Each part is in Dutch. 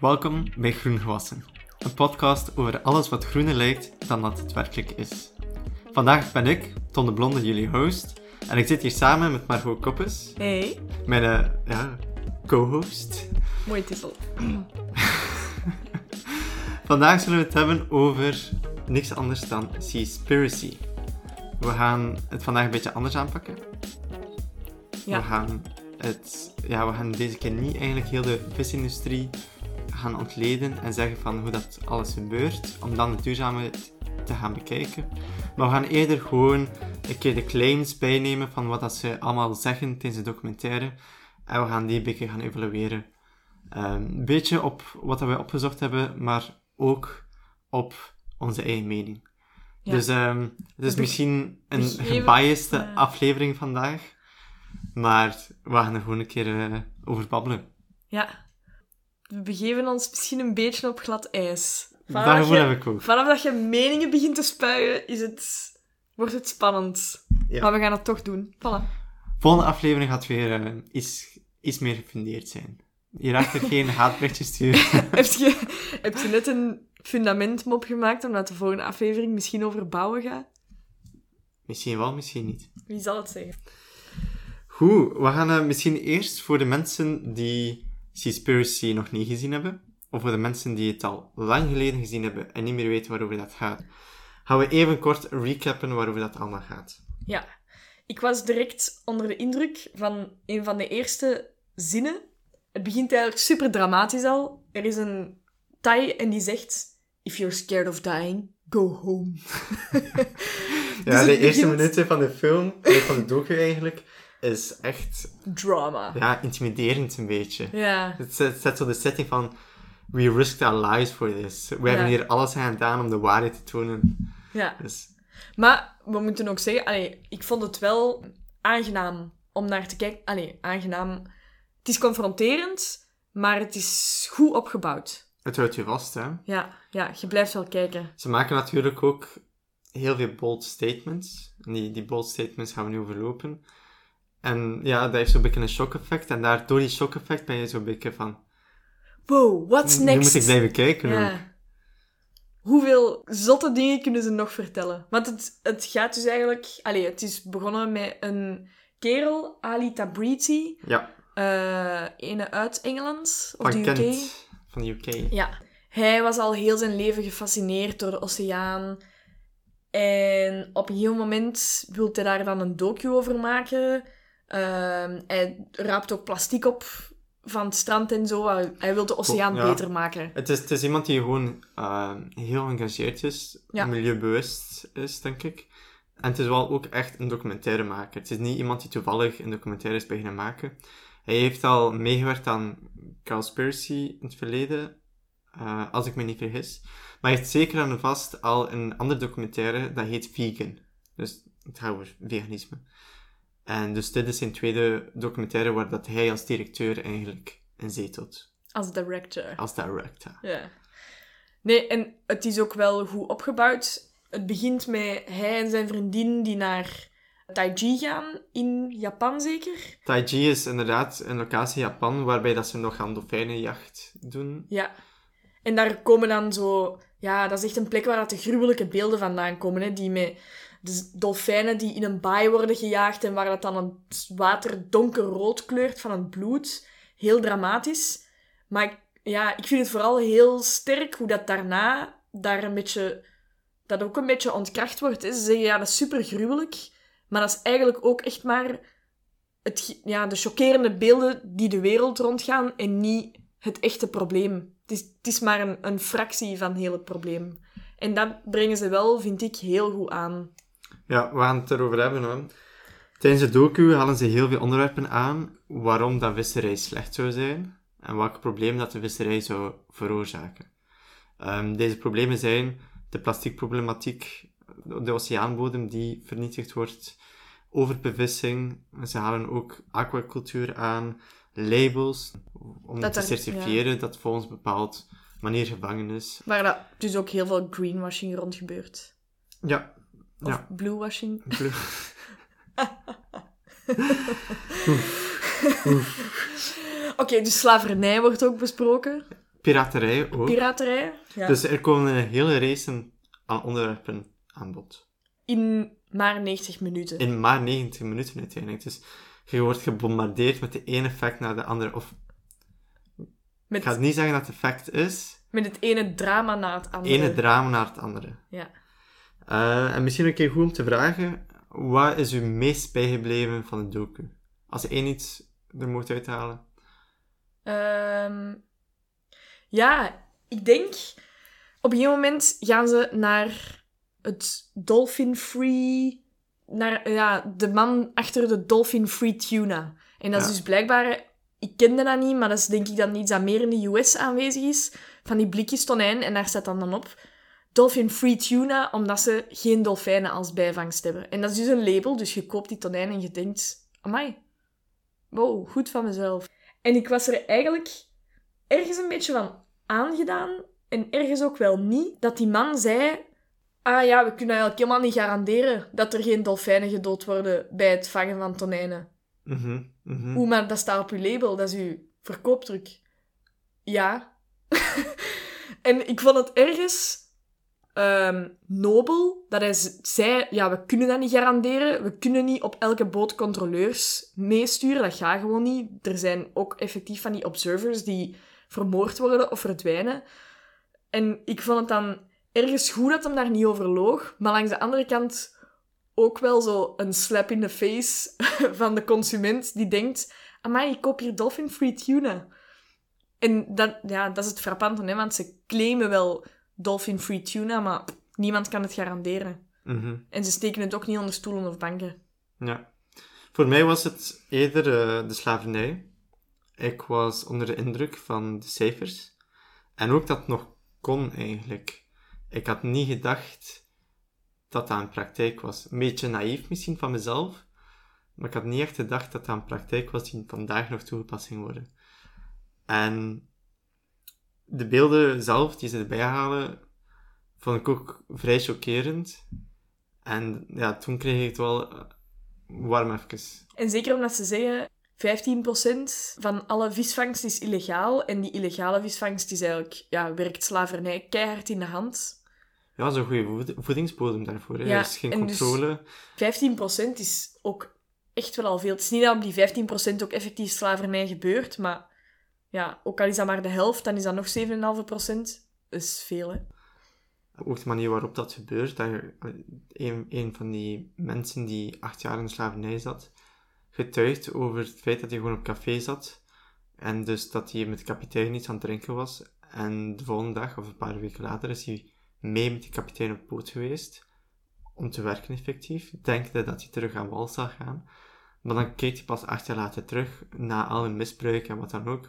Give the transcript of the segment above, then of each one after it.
Welkom bij Groen Gewassen, een podcast over alles wat groener lijkt dan dat het werkelijk is. Vandaag ben ik, Ton de Blonde, jullie host, en ik zit hier samen met Margot Koppes, Hey. mijn co-host. Mooie titel. Vandaag zullen we het hebben over niks anders dan Seaspiracy. We gaan het vandaag een beetje anders aanpakken. Ja. We gaan deze keer niet eigenlijk heel de visindustrie gaan ontleden en zeggen van hoe dat alles gebeurt, om dan de duurzaamheid te gaan bekijken. Maar we gaan eerder gewoon een keer de claims bijnemen van wat dat ze allemaal zeggen tijdens de documentaire. En we gaan die een beetje gaan evalueren. Een beetje op wat we opgezocht hebben, maar ook op onze eigen mening. Ja. Dus het is misschien een gebiased aflevering vandaag. Maar we gaan er gewoon een keer over babbelen. Ja. We begeven ons misschien een beetje op glad ijs. Dat gevoel heb ik ook. Vanaf dat je meningen begint te spuien, wordt het spannend. Ja. Maar we gaan het toch doen. Voilà. Volgende aflevering gaat weer iets meer gefundeerd zijn. Hierachter geen haatberichtjes sturen. Heb je net een fundamentmop gemaakt, omdat de volgende aflevering misschien over bouwen gaat? Misschien wel, misschien niet. Wie zal het zeggen? Goed, we gaan misschien eerst voor de mensen die Seaspiracy nog niet gezien hebben, of voor de mensen die het al lang geleden gezien hebben en niet meer weten waarover dat gaat, gaan we even kort recappen waarover dat allemaal gaat. Ja. Ik was direct onder de indruk van een van de eerste zinnen. Het begint eigenlijk super dramatisch al. Er is een Thai en die zegt: If you're scared of dying, go home. Ja, de eerste minuten van de film, van de docu eigenlijk, is echt... drama. Ja, intimiderend een beetje. Ja. Het zet zo de setting van... We risked our lives for this. We hebben hier alles aan gedaan om de waarheid te tonen. Ja. Dus... Maar we moeten ook zeggen, ik vond het wel aangenaam om naar te kijken. Aangenaam. Het is confronterend, maar het is goed opgebouwd. Het houdt je vast, hè? Ja, je blijft wel kijken. Ze maken natuurlijk ook heel veel bold statements. En die bold statements gaan we nu overlopen. En ja, dat heeft zo'n beetje een shock-effect. En door die shock-effect ben je zo'n beetje van... Wow, what's next? Nu moet ik blijven kijken ook. Hoeveel zotte dingen kunnen ze nog vertellen? Want het gaat dus eigenlijk... het is begonnen met een kerel, Ali Tabrizi. Ja. Ene uit Engeland, of de UK. Kent, van de UK. Ja. Hij was al heel zijn leven gefascineerd door de oceaan. En op een heel moment wil hij daar dan een docu over maken. Hij raapt ook plastic op van het strand en zo. Hij wil de oceaan beter maken. Het is iemand die gewoon heel geëngageerd is. Ja. Milieubewust is, denk ik. En het is wel ook echt een documentairemaker. Het is niet iemand die toevallig een documentaire is beginnen maken. Hij heeft al meegewerkt aan Cowspiracy in het verleden. Als ik me niet vergis. Maar hij heeft zeker aan vast al een andere documentaire, dat heet Vegan. Dus het gaat over veganisme. En dus dit is zijn tweede documentaire waar dat hij als directeur eigenlijk in zetelt. Als director. Ja. Nee, en het is ook wel goed opgebouwd. Het begint met hij en zijn vriendin die naar Taiji gaan, in Japan zeker? Taiji is inderdaad een locatie in Japan, waarbij dat ze nog aan dolfijnenjacht doen. Ja. En daar komen dan zo... Ja, dat is echt een plek waar dat de gruwelijke beelden vandaan komen. Hè? Die met de dolfijnen die in een baai worden gejaagd en waar dat dan het water donkerrood kleurt van het bloed. Heel dramatisch. Maar ik vind het vooral heel sterk hoe dat daarna daar dat ook een beetje ontkracht wordt. Hè? Ze zeggen, ja, dat is super gruwelijk. Maar dat is eigenlijk ook echt maar de chockerende beelden die de wereld rondgaan en niet het echte probleem. Het is maar een fractie van heel het probleem. En dat brengen ze wel, vind ik, heel goed aan. Ja, we gaan het erover hebben. Hè. Tijdens de docu halen ze heel veel onderwerpen aan waarom dat visserij slecht zou zijn en welke probleem dat de visserij zou veroorzaken. Deze problemen zijn de plasticproblematiek, de oceaanbodem die vernietigd wordt, overbevissing. Ze halen ook aquacultuur aan, labels, om te certifiëren dat volgens een bepaald manier gevangen is. Maar dat dus ook heel veel greenwashing rond gebeurt. Ja. Of bluewashing. Oké, dus slavernij wordt ook besproken. Piraterij ook. Piraterij. Ja. Dus er komen een hele race aan onderwerpen aan bod. In maar 90 minuten. In maar 90 minuten uiteindelijk. Dus je wordt gebombardeerd met de ene fact naar de andere. Of, ik ga niet zeggen dat het fact is. Met het ene drama na het andere. Ene drama naar het andere. Ja. En misschien een keer goed om te vragen, wat is u meest bijgebleven van het docu? Als je één iets er mocht uithalen. Ja, ik denk... Op een gegeven moment gaan ze naar het dolphin-free... Naar de man achter de dolphin-free tuna. En dat is dus blijkbaar... Ik kende dat niet, maar dat is denk ik dan iets dat meer in de US aanwezig is. Van die blikjes tonijn. En daar staat dan op... Dolphin-free tuna, omdat ze geen dolfijnen als bijvangst hebben. En dat is dus een label, dus je koopt die tonijn en je denkt... Amai, wow, goed van mezelf. En ik was er eigenlijk ergens een beetje van aangedaan, en ergens ook wel niet, dat die man zei... Ah ja, we kunnen eigenlijk helemaal niet garanderen dat er geen dolfijnen gedood worden bij het vangen van tonijnen. Oeh, maar dat staat op uw label, dat is uw verkooptruc. Ja. En ik vond het ergens... nobel, dat hij zei, ja, we kunnen dat niet garanderen, we kunnen niet op elke boot controleurs meesturen, dat gaat gewoon niet. Er zijn ook effectief van die observers die vermoord worden of verdwijnen. En ik vond het dan ergens goed dat hem daar niet over loog, maar langs de andere kant ook wel zo een slap in the face van de consument die denkt, amai, ik koop hier dolphin-free tuna. En dat is het frappante, hè, want ze claimen wel dolphin-free tuna, maar niemand kan het garanderen. En ze steken het ook niet onder stoelen of banken. Ja. Voor mij was het eerder de slavernij. Ik was onder de indruk van de cijfers. En ook dat het nog kon, eigenlijk. Ik had niet gedacht dat dat een praktijk was. Een beetje naïef misschien van mezelf, maar ik had niet echt gedacht dat dat een praktijk was die vandaag nog toegepast ging worden. En de beelden zelf, die ze erbij halen, vond ik ook vrij chockerend. En ja, toen kreeg ik het wel warm even. En zeker omdat ze zeggen, 15% van alle visvangst is illegaal. En die illegale visvangst is eigenlijk, werkt slavernij keihard in de hand. Ja, zo'n goede voedingsbodem daarvoor. Hè. Ja, er is geen controle. Dus 15% is ook echt wel al veel. Het is niet dat op die 15% ook effectief slavernij gebeurt, maar ja, ook al is dat maar de helft, dan is dat nog 7,5%. Dat is veel, hè. Ook de manier waarop dat gebeurt, dat een van die mensen die 8 jaar in de slavernij zat, getuigt over het feit dat hij gewoon op café zat en dus dat hij met de kapitein iets aan het drinken was. En de volgende dag, of een paar weken later, is hij mee met de kapitein op boot geweest om te werken effectief. Denkende dat hij terug aan wal zou gaan. Maar dan keek hij pas 8 jaar later terug, na al een misbruik en wat dan ook.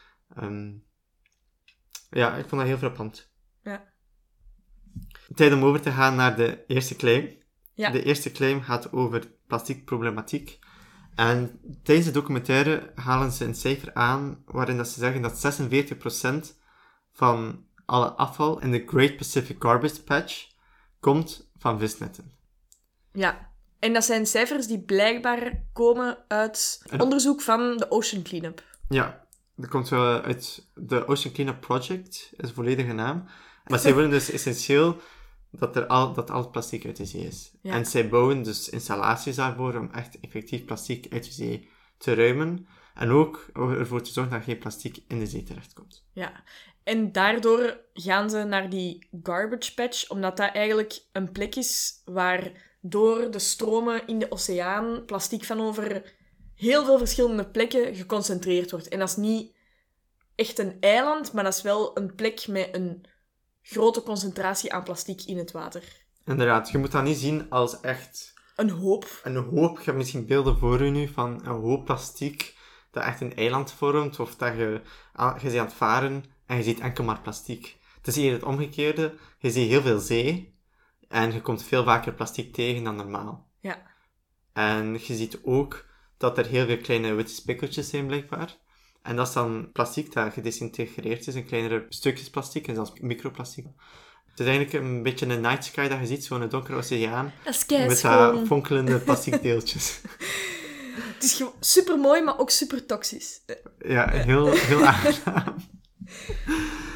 Ja, ik vond dat heel frappant. Ja. Tijd om over te gaan naar de eerste claim. Ja. De eerste claim gaat over plastiekproblematiek. En tijdens de documentaire halen ze een cijfer aan waarin dat ze zeggen dat 46% van alle afval in de Great Pacific Garbage Patch komt van visnetten. Ja, en dat zijn cijfers die blijkbaar komen uit onderzoek van de Ocean Cleanup. Ja, dat komt wel uit de Ocean Cleanup Project, is de volledige naam. Maar zij willen dus essentieel dat al het plastic uit de zee is. Ja. En zij bouwen dus installaties daarvoor om echt effectief plastic uit de zee te ruimen. En ook ervoor te zorgen dat geen plastic in de zee terechtkomt. Ja, en daardoor gaan ze naar die garbage patch, omdat dat eigenlijk een plek is waar door de stromen in de oceaan plastic van over heel veel verschillende plekken geconcentreerd wordt. En dat is niet echt een eiland, maar dat is wel een plek met een grote concentratie aan plastic in het water. Inderdaad, je moet dat niet zien als echt... Een hoop. Een hoop. Je hebt misschien beelden voor je nu van een hoop plastic dat echt een eiland vormt, of dat je bent aan het varen en je ziet enkel maar plastic. Het is hier het omgekeerde. Je ziet heel veel zee en je komt veel vaker plastic tegen dan normaal. Ja. En je ziet ook dat er heel veel kleine witte spikkeltjes zijn, blijkbaar. En dat is dan plastic dat gedesintegreerd is in kleinere stukjes plastic en zelfs microplastic. Het is eigenlijk een beetje een night sky dat je ziet, zo'n donkere oceaan. Met dat fonkelende plastic deeltjes. Het is super mooi, maar ook super toxisch. Ja, heel aangenaam.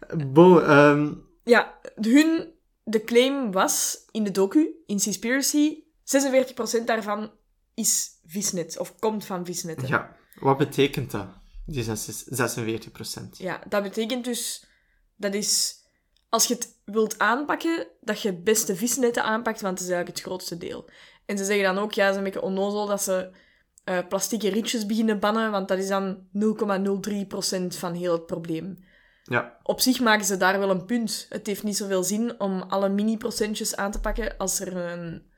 Ja, de claim was in de docu, in Seaspiracy, 46% daarvan is visnet, of komt van visnetten. Ja, wat betekent dat, die 46%? Ja, dat betekent dus, dat is, als je het wilt aanpakken, dat je best de visnetten aanpakt, want dat is eigenlijk het grootste deel. En ze zeggen dan ook, ja, ze zijn een beetje onnozel dat ze plastieke rietjes beginnen bannen, want dat is dan 0,03% van heel het probleem. Ja. Op zich maken ze daar wel een punt. Het heeft niet zoveel zin om alle mini-procentjes aan te pakken als er een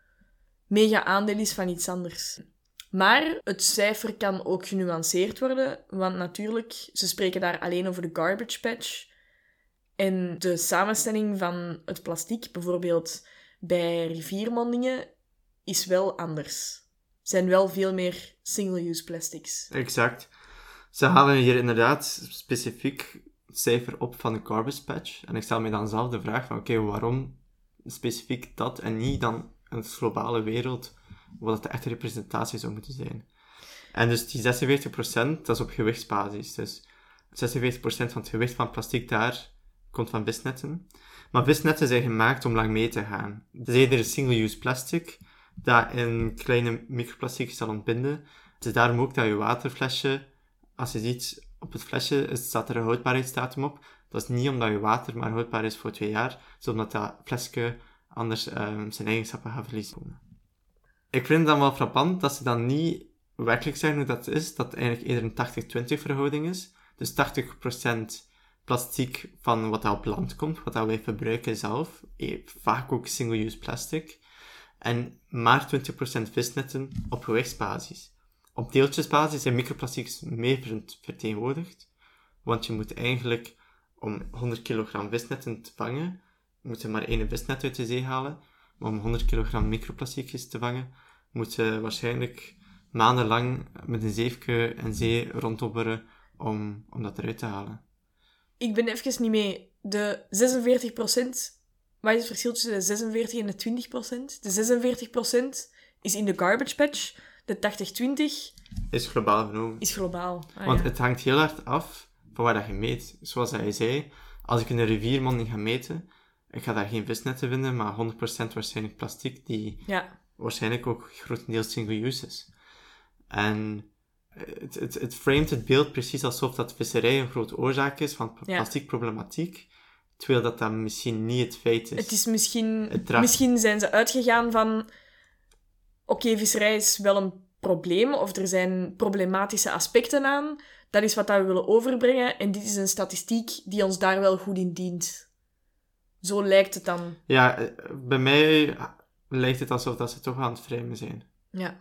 mega aandeel is van iets anders. Maar het cijfer kan ook genuanceerd worden, want natuurlijk, ze spreken daar alleen over de garbage patch. En de samenstelling van het plastic, bijvoorbeeld bij riviermondingen, is wel anders. Zijn wel veel meer single-use plastics. Exact. Ze halen hier inderdaad specifiek het cijfer op van de garbage patch. En ik stel me dan zelf de vraag van, oké, waarom specifiek dat en niet dan in de globale wereld, wat de echte representatie zou moeten zijn. En dus die 46%, dat is op gewichtsbasis. Dus 46% van het gewicht van plastic daar komt van visnetten. Maar visnetten zijn gemaakt om lang mee te gaan. Het is eerder een single-use plastic dat in kleine microplastiekjes zal ontbinden. Het is daarom ook dat je waterflesje, als je ziet op het flesje, staat er een houdbaarheidsdatum op. Dat is niet omdat je water maar houdbaar is voor 2 jaar, het is omdat dat flesje anders zijn eigenschappen gaat verliezen. Ik vind het dan wel frappant dat ze dan niet werkelijk zeggen hoe dat is, dat het eigenlijk eerder een 80-20 verhouding is. Dus 80% plastic van wat op land komt, wat wij verbruiken zelf, vaak ook single-use plastic. En maar 20% visnetten op gewichtsbasis. Op deeltjesbasis zijn microplastics meer vertegenwoordigd, want je moet eigenlijk, om 100 kilogram visnetten te vangen, moet je maar 1 visnet uit de zee halen. Maar om 100 kilogram microplastiekjes te vangen, moet je waarschijnlijk maandenlang met een zeefje en zee ronddobberen om dat eruit te halen. Ik ben even niet mee. De 46%, wat is het verschil tussen de 46 en de 20%? De 46% is in de garbage patch. De 80-20 is globaal genomen. Is globaal. Want het hangt heel hard af van waar dat je meet. Zoals hij zei, als ik in een riviermonding ga meten, ik ga daar geen visnetten vinden, maar 100% waarschijnlijk plastic, die waarschijnlijk ook grotendeels single-use is. En het framet het beeld precies alsof dat visserij een grote oorzaak is van plasticproblematiek, terwijl dat misschien niet het feit is. Het is misschien zijn ze uitgegaan van oké, visserij is wel een probleem, of er zijn problematische aspecten aan. Dat is wat we willen overbrengen, en dit is een statistiek die ons daar wel goed in dient. Zo lijkt het dan. Ja, bij mij lijkt het alsof dat ze toch aan het framen zijn. Ja.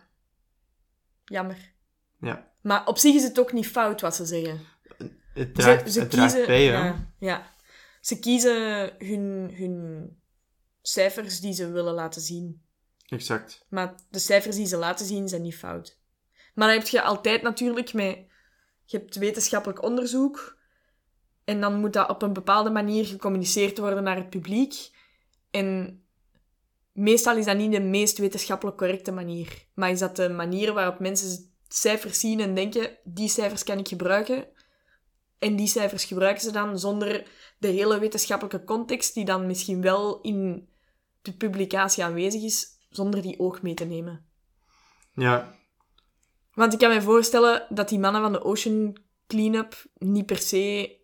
Jammer. Ja. Maar op zich is het ook niet fout wat ze zeggen. Het draagt bij, hè? Ja. Ze kiezen hun cijfers die ze willen laten zien. Exact. Maar de cijfers die ze laten zien zijn niet fout. Maar dan heb je altijd natuurlijk je hebt wetenschappelijk onderzoek, en dan moet dat op een bepaalde manier gecommuniceerd worden naar het publiek. En meestal is dat niet de meest wetenschappelijk correcte manier. Maar is dat de manier waarop mensen cijfers zien en denken, die cijfers kan ik gebruiken. En die cijfers gebruiken ze dan zonder de hele wetenschappelijke context, die dan misschien wel in de publicatie aanwezig is, zonder die oog mee te nemen. Ja. Want ik kan me voorstellen dat die mannen van de Ocean Cleanup niet per se...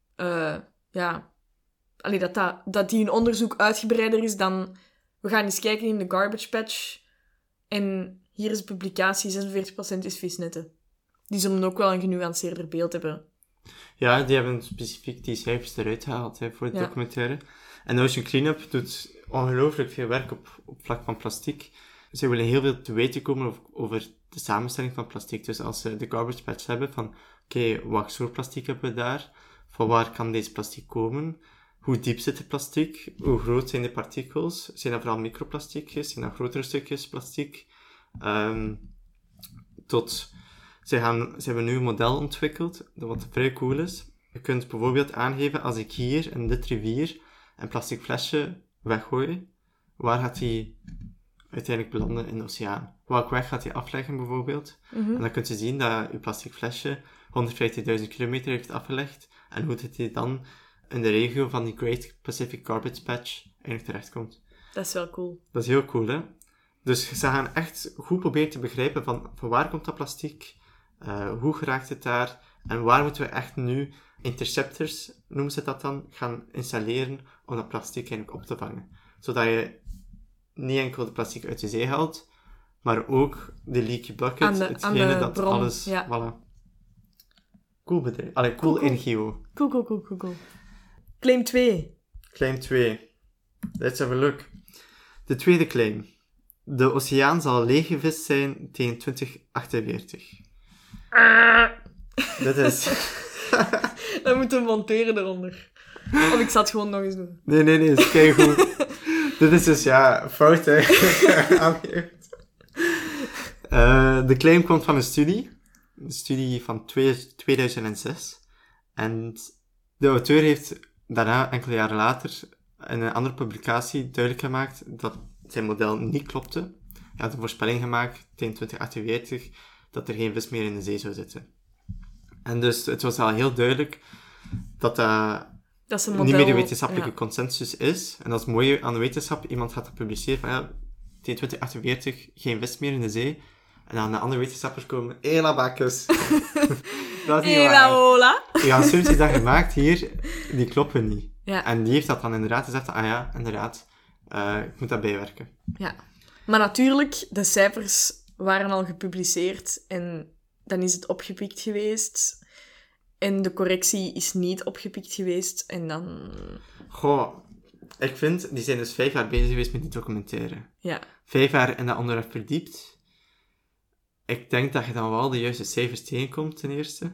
dat die hun onderzoek uitgebreider is dan... We gaan eens kijken in de garbage patch. En hier is de publicatie, 46% is visnetten. Die zullen ook wel een genuanceerder beeld hebben. Ja, die hebben specifiek die cijfers eruit gehaald voor het documentaire. En de Ocean Cleanup doet ongelooflijk veel werk op vlak van plastic. Ze willen heel veel te weten komen over de samenstelling van plastic. Dus als ze de garbage patch hebben van oké, wat soort plastic hebben we daar? Van waar kan deze plastic komen? Hoe diep zit het plastic? Hoe groot zijn de partikels? Zijn dat vooral microplastiekjes? Zijn dat grotere stukjes plastic? Ze hebben nu een model ontwikkeld, wat vrij cool is. Je kunt bijvoorbeeld aangeven, als ik hier in dit rivier een plastic flesje weggooi, waar gaat die uiteindelijk belanden in de oceaan? Welke weg gaat die afleggen bijvoorbeeld? Mm-hmm. En dan kun je zien dat je plastic flesje 150.000 kilometer heeft afgelegd. En hoe zit die dan in de regio van die Great Pacific Garbage Patch eigenlijk terechtkomt. Dat is wel cool. Dat is heel cool, hè? Dus ze gaan echt goed proberen te begrijpen van waar komt dat plastic, hoe geraakt het daar, en waar moeten we echt nu interceptors, noemen ze dat dan, gaan installeren om dat plastic eigenlijk op te vangen. Zodat je niet enkel de plastic uit de zee haalt, maar ook de leaky bucket, hetgene dat bron, alles... ja. Voilà. Cool bedrijf. Allee, cool NGO. Cool. Claim 2. Claim 2. Let's have a look. De tweede claim. De oceaan zal leeggevist zijn tegen 2048. Dat is... Dat moeten we monteren eronder. Of ik zal het gewoon nog eens doen. Nee, dat is keigoed. Dit is dus, fout, hè. Aangeeft. De claim komt van een studie. Een studie van 2006. En de auteur heeft daarna, enkele jaren later, in een andere publicatie duidelijk gemaakt dat zijn model niet klopte. Hij had een voorspelling gemaakt tegen 2048 dat er geen vis meer in de zee zou zitten. En dus het was al heel duidelijk dat dat is een model, niet meer de wetenschappelijke consensus is. En dat is mooi aan de wetenschap. Iemand gaat dat publiceren van tegen 2048 geen vis meer in de zee. En dan de andere wetenschappers komen, hela bakkus. Dat is niet waar. Hola. Die assumpties dat gemaakt hier, die kloppen niet. Ja. En die heeft dat dan inderdaad gezegd, inderdaad, ik moet dat bijwerken. Ja. Maar natuurlijk, de cijfers waren al gepubliceerd en dan is het opgepikt geweest. En de correctie is niet opgepikt geweest en dan... Goh, ik vind, die zijn dus 5 jaar bezig geweest met die documentaire. Ja. 5 jaar in dat onderwerp verdiept. Ik denk dat je dan wel de juiste cijfers tegenkomt, ten eerste.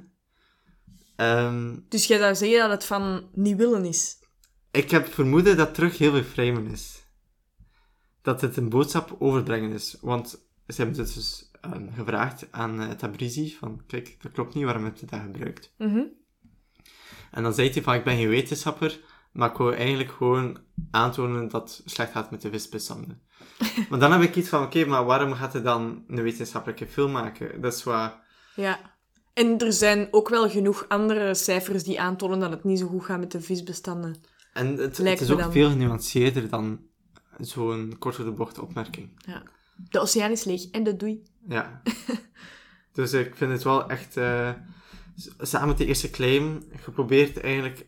Dus jij zou zeggen dat het van niet willen is? Ik heb vermoeden dat terug heel veel framen is. Dat het een boodschap overbrengen is. Want ze hebben dus gevraagd aan Tabrizi van, kijk, dat klopt niet, waarom heb je dat gebruikt? Mhm. En dan zei hij van, ik ben geen wetenschapper, maar ik wou eigenlijk gewoon aantonen dat het slecht gaat met de visbestanden. Maar dan heb ik iets van, oké, maar waarom gaat hij dan een wetenschappelijke film maken? Dat is wat... Ja. En er zijn ook wel genoeg andere cijfers die aantonen dat het niet zo goed gaat met de visbestanden. En het is ook veel genuanceerder dan zo'n kort door de bocht opmerking. Ja. De oceaan is leeg en de doei. Ja. Dus ik vind het wel echt... samen met de eerste claim geprobeerd eigenlijk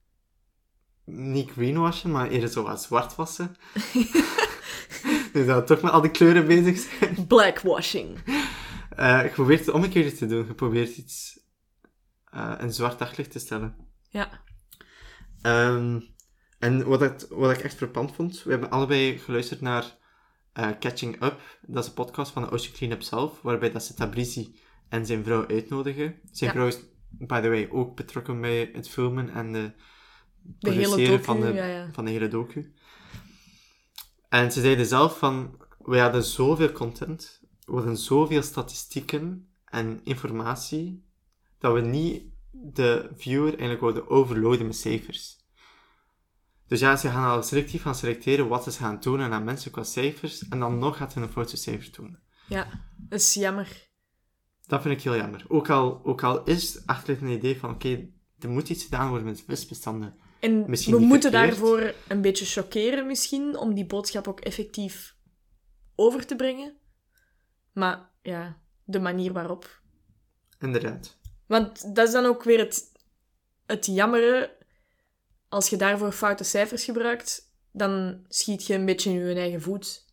niet greenwashen, maar eerder zo wat zwart-wassen. Dus dat we toch met al die kleuren bezig zijn. Blackwashing. Je probeert het omgekeerde te doen. Je probeert iets in zwart daglicht te stellen. Ja. En wat ik echt frappant vond, we hebben allebei geluisterd naar Catching Up. Dat is een podcast van de Ocean Cleanup zelf, waarbij dat ze Tabrizi en zijn vrouw uitnodigen. Zijn vrouw is, by the way, ook betrokken bij het filmen en de produceren van de hele docu. En ze zeiden zelf van, we hadden zoveel content, we hadden zoveel statistieken en informatie, dat we niet de viewer eigenlijk wilden overloaden met cijfers. Dus ja, ze gaan al selectief gaan selecteren wat ze gaan tonen aan mensen qua cijfers, en dan nog gaat hun een foute cijfer tonen. Ja, dat is jammer. Dat vind ik heel jammer. Ook al is achterliggend een idee van, oké, er moet iets gedaan worden met visbestanden. En misschien we moeten verkeerd. daarvoor een beetje chockeren misschien, om die boodschap ook effectief over te brengen. Maar ja, de manier waarop. Inderdaad. Want dat is dan ook weer het jammere. Als je daarvoor foute cijfers gebruikt, dan schiet je een beetje in je eigen voet.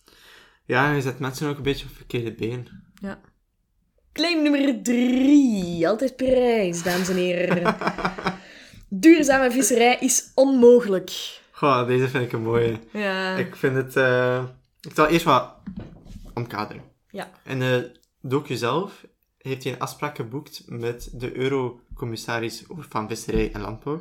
Ja, je zet mensen ook een beetje op verkeerde been. Ja. Claim nummer 3. Altijd prijs, dames en heren. Duurzame visserij is onmogelijk. Goh, deze vind ik een mooie. Ja. Ik vind het... Ik zal eerst wat omkaderen. Ja. In de docu zelf heeft hij een afspraak geboekt met de Eurocommissaris van Visserij en Landbouw.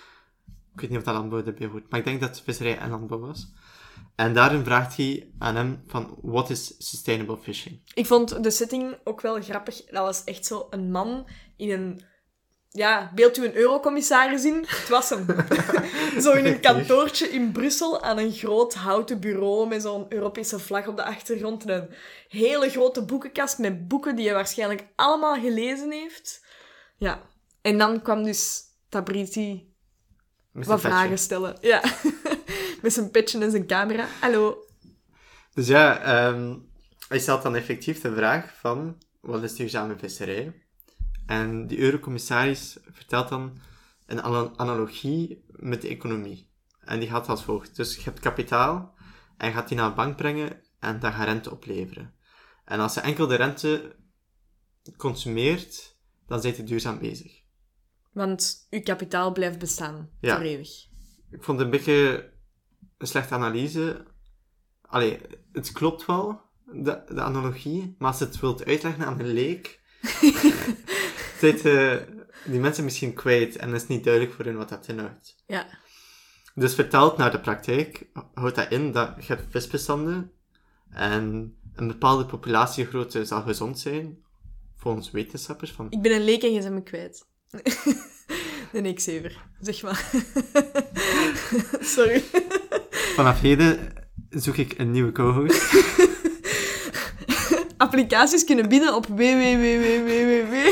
Ik weet niet of dat landbouw erbij hoort, maar ik denk dat het visserij en landbouw was. En daarin vraagt hij aan hem van, what is sustainable fishing? Ik vond de setting ook wel grappig. Dat was echt zo een man in een... Ja, beeld u een eurocommissaris in? Het was hem. Zo in een kantoortje in Brussel aan een groot houten bureau met zo'n Europese vlag op de achtergrond en een hele grote boekenkast met boeken die hij waarschijnlijk allemaal gelezen heeft. Ja. En dan kwam dus Tabrizi Met wat zijn vragen petje. stellen. Ja. Met zijn petje en zijn camera. Hallo. Dus ja, hij stelt dan effectief de vraag van, wat is duurzame visserij? En die eurocommissaris vertelt dan een analogie met de economie. En die gaat als volgt. Dus je hebt kapitaal, en je gaat die naar de bank brengen, en dat gaat rente opleveren. En als je enkel de rente consumeert, dan zijn je duurzaam bezig. Want uw kapitaal blijft bestaan. Ja. Voor eeuwig. Ik vond het een beetje een slechte analyse. Allee, het klopt wel, de analogie, maar als je het wilt uitleggen aan een leek, zijn die mensen misschien kwijt en het is niet duidelijk voor hen wat dat inhoudt. Ja. Dus vertaald naar de praktijk, houdt dat in dat je hebt visbestanden en een bepaalde populatiegrootte zal gezond zijn, volgens wetenschappers. Van... Ik ben een leek en je bent me kwijt. Nee, ik zever. Zeg maar. Sorry. Vanaf heden zoek ik een nieuwe co-host. Applicaties kunnen bieden op www.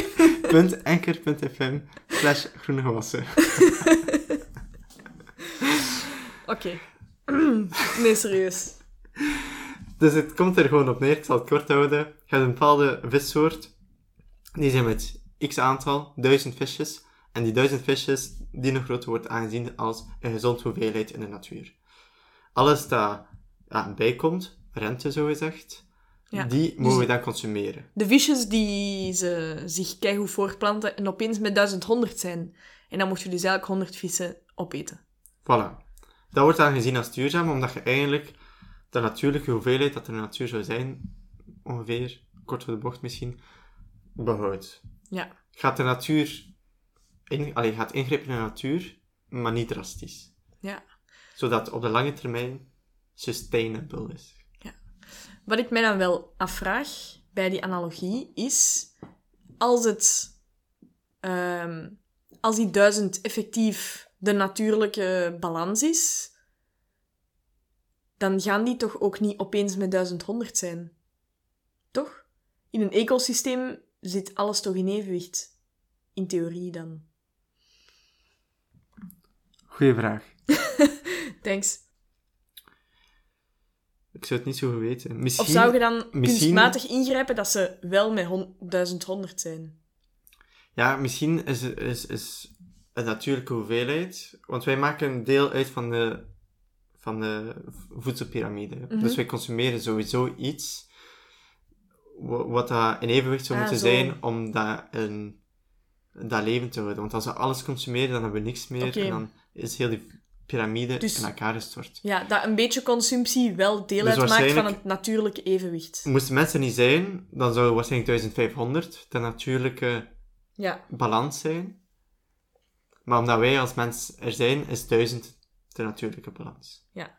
.anker.fm/groenegewassen. Oké. Nee, serieus. Dus het komt er gewoon op neer, ik zal het kort houden. Je hebt een bepaalde vissoort, die zijn met x aantal, 1000 visjes. En die 1000 visjes, die nog groter wordt aangezien als een gezond hoeveelheid in de natuur. Alles dat bijkomt, rente zogezegd, Ja. die mogen we dan consumeren. De visjes die ze zich keigoed voortplanten en opeens met 1100 zijn. En dan moet je dus eigenlijk 100 vissen opeten. Voilà. Dat wordt dan gezien als duurzaam, omdat je eigenlijk de natuurlijke hoeveelheid dat er in de natuur zou zijn, ongeveer, kort voor de bocht misschien, behoudt. Ja. Gaat de natuur... gaat ingrijpen in de natuur, maar niet drastisch. Ja. Zodat het op de lange termijn sustainable is. Wat ik mij dan wel afvraag bij die analogie is, als die 1000 effectief de natuurlijke balans is, dan gaan die toch ook niet opeens met 1100 zijn. Toch? In een ecosysteem zit alles toch in evenwicht. In theorie dan. Goeie vraag. Thanks. Ik zou het niet zo goed weten. Misschien, Of zou je dan misschien- kunstmatig ingrijpen dat ze wel met 1100 zijn? Ja, misschien is een natuurlijke hoeveelheid. Want wij maken deel uit van de voedselpiramide. Mhm. Dus wij consumeren sowieso iets wat dat in evenwicht zou moeten zo. zijn om dat leven te houden. Want als we alles consumeren, dan hebben we niks meer. Oké. En dan is heel die piramide Dus- in elkaar gestort. Ja, dat een beetje consumptie wel deel Dus uitmaakt van waarschijnlijk- het natuurlijke evenwicht. Moesten mensen niet zijn, dan zou waarschijnlijk 1500 de natuurlijke Ja, balans zijn. Maar omdat wij als mens er zijn, is 1000 de natuurlijke balans. ja.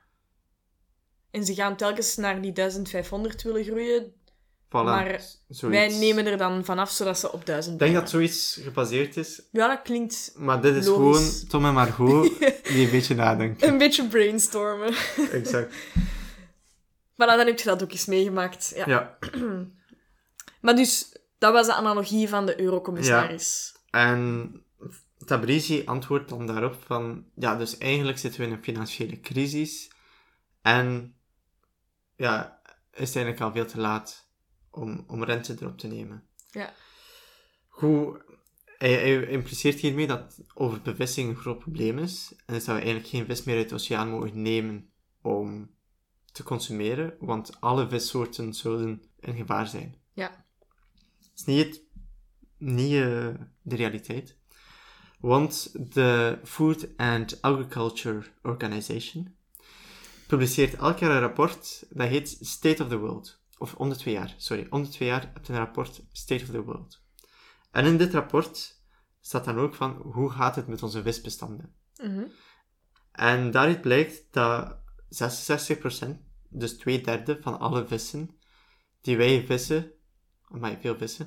En ze gaan telkens naar die 1500 willen groeien. Voilà, Maar zoiets. Wij nemen er dan vanaf, zodat ze op 1000 Ik denk dat blijven. zoiets gebaseerd is. Ja, dat klinkt Maar dit is logisch. gewoon Tom en Margot die een beetje nadenken. Een beetje brainstormen. Exact. Maar dan heb je dat ook eens meegemaakt. Ja. Ja. Maar dus, dat was de analogie van de eurocommissaris. En Tabrizi antwoordt dan daarop van... Ja, dus eigenlijk zitten we in een financiële crisis. En ja, is het eigenlijk al veel te laat om rente erop te nemen. Ja. Goed, hij impliceert hiermee dat overbevissing een groot probleem is. En dus dat we eigenlijk geen vis meer uit de oceaan mogen nemen om te consumeren. Want alle vissoorten zouden in gevaar zijn. Ja. Dat is niet de realiteit. Want de Food and Agriculture Organization publiceert elk jaar een rapport dat heet State of the World. Of om de 2 jaar, sorry. Om de 2 jaar heb je een rapport State of the World. En in dit rapport staat dan ook van hoe gaat het met onze visbestanden. Mhm. En daaruit blijkt dat 66%, dus 2/3 van alle vissen die wij vissen, amai, veel vissen,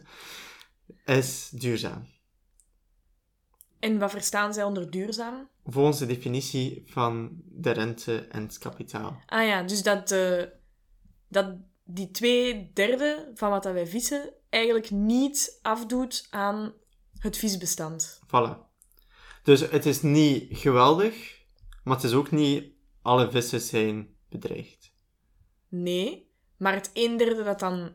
is duurzaam. En wat verstaan zij onder duurzaam? Volgens de definitie van de rente en het kapitaal. Ah ja, dus dat die 2/3 van wat dat wij vissen eigenlijk niet afdoet aan het visbestand. Voilà. Dus het is niet geweldig, maar het is ook niet alle vissen zijn bedreigd. Nee, maar het 1/3 dat dan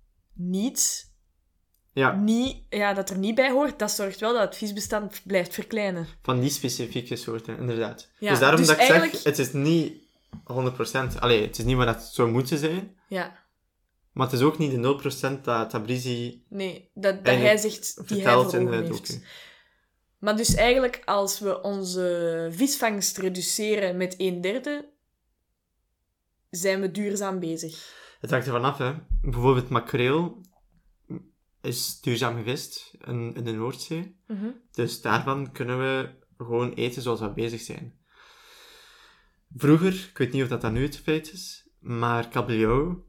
Ja, dat er niet bij hoort, dat zorgt wel dat het visbestand blijft verkleinen. van die specifieke soorten, inderdaad. Ja, dus daarom dus dat ik eigenlijk- zeg, het is niet 100%. Allee, het is niet wat het zou moeten zijn, Ja, maar het is ook niet de 0% dat Tabrizi nee, dat hij eigenlijk zegt die hij vertelt voor in ogen het heeft. docu. Maar dus eigenlijk, als we onze visvangst reduceren met 1/3, zijn we duurzaam bezig. Het hangt ervan af, hè. Bijvoorbeeld makreel is duurzaam gevist in de Noordzee. Mhm. Dus daarvan kunnen we gewoon eten zoals we bezig zijn. Vroeger, ik weet niet of dat nu het feit is, maar kabeljauw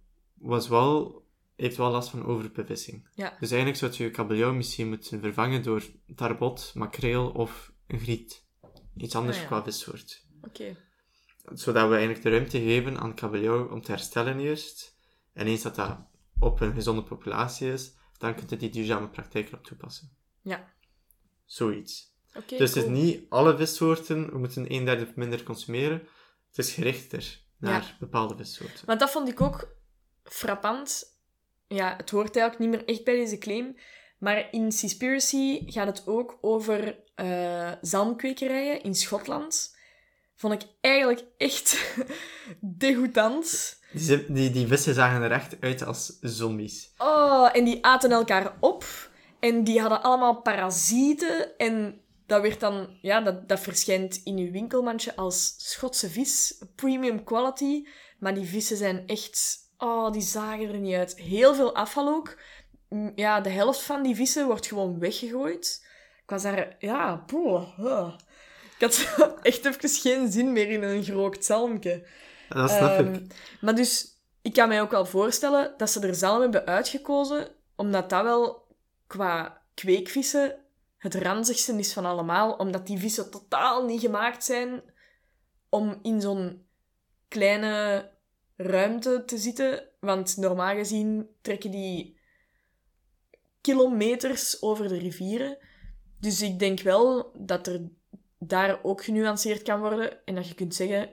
heeft wel last van overbevissing. Ja. Dus eigenlijk zou je kabeljauw misschien moeten vervangen door tarbot, makreel of een griet. Iets anders Ah, ja. qua vissoort. Oké. Zodat we eigenlijk de ruimte geven aan kabeljauw om te herstellen eerst. En eens dat op een gezonde populatie is, dan kun je die duurzame praktijken op toepassen. Ja. Zoiets. Oké, Dus het cool. is niet alle vissoorten, we moeten 1/3 minder consumeren. Het is gerichter naar Ja. bepaalde vissoorten. Want dat vond ik ook frappant. Ja, het hoort eigenlijk niet meer echt bij deze claim. Maar in Seaspiracy gaat het ook over zalmkwekerijen in Schotland. Vond ik eigenlijk echt degoutant. Die vissen zagen er echt uit als zombies. Oh, en die aten elkaar op. En die hadden allemaal parasieten. En dat werd dan... Ja, dat verschijnt in uw winkelmandje als Schotse vis. Premium quality. Maar die vissen zijn echt... Oh, die zagen er niet uit. Heel veel afval ook. Ja, de helft van die vissen wordt gewoon weggegooid. Ik was daar... Ja, poeh. Ik had echt even geen zin meer in een gerookt zalmke. En dat snap ik. Maar dus, ik kan mij ook wel voorstellen dat ze er zalm hebben uitgekozen, omdat dat wel qua kweekvissen het ranzigste is van allemaal, omdat die vissen totaal niet gemaakt zijn om in zo'n kleine ruimte te zitten. Want normaal gezien trekken die kilometers over de rivieren. Dus ik denk wel dat er daar ook genuanceerd kan worden en dat je kunt zeggen...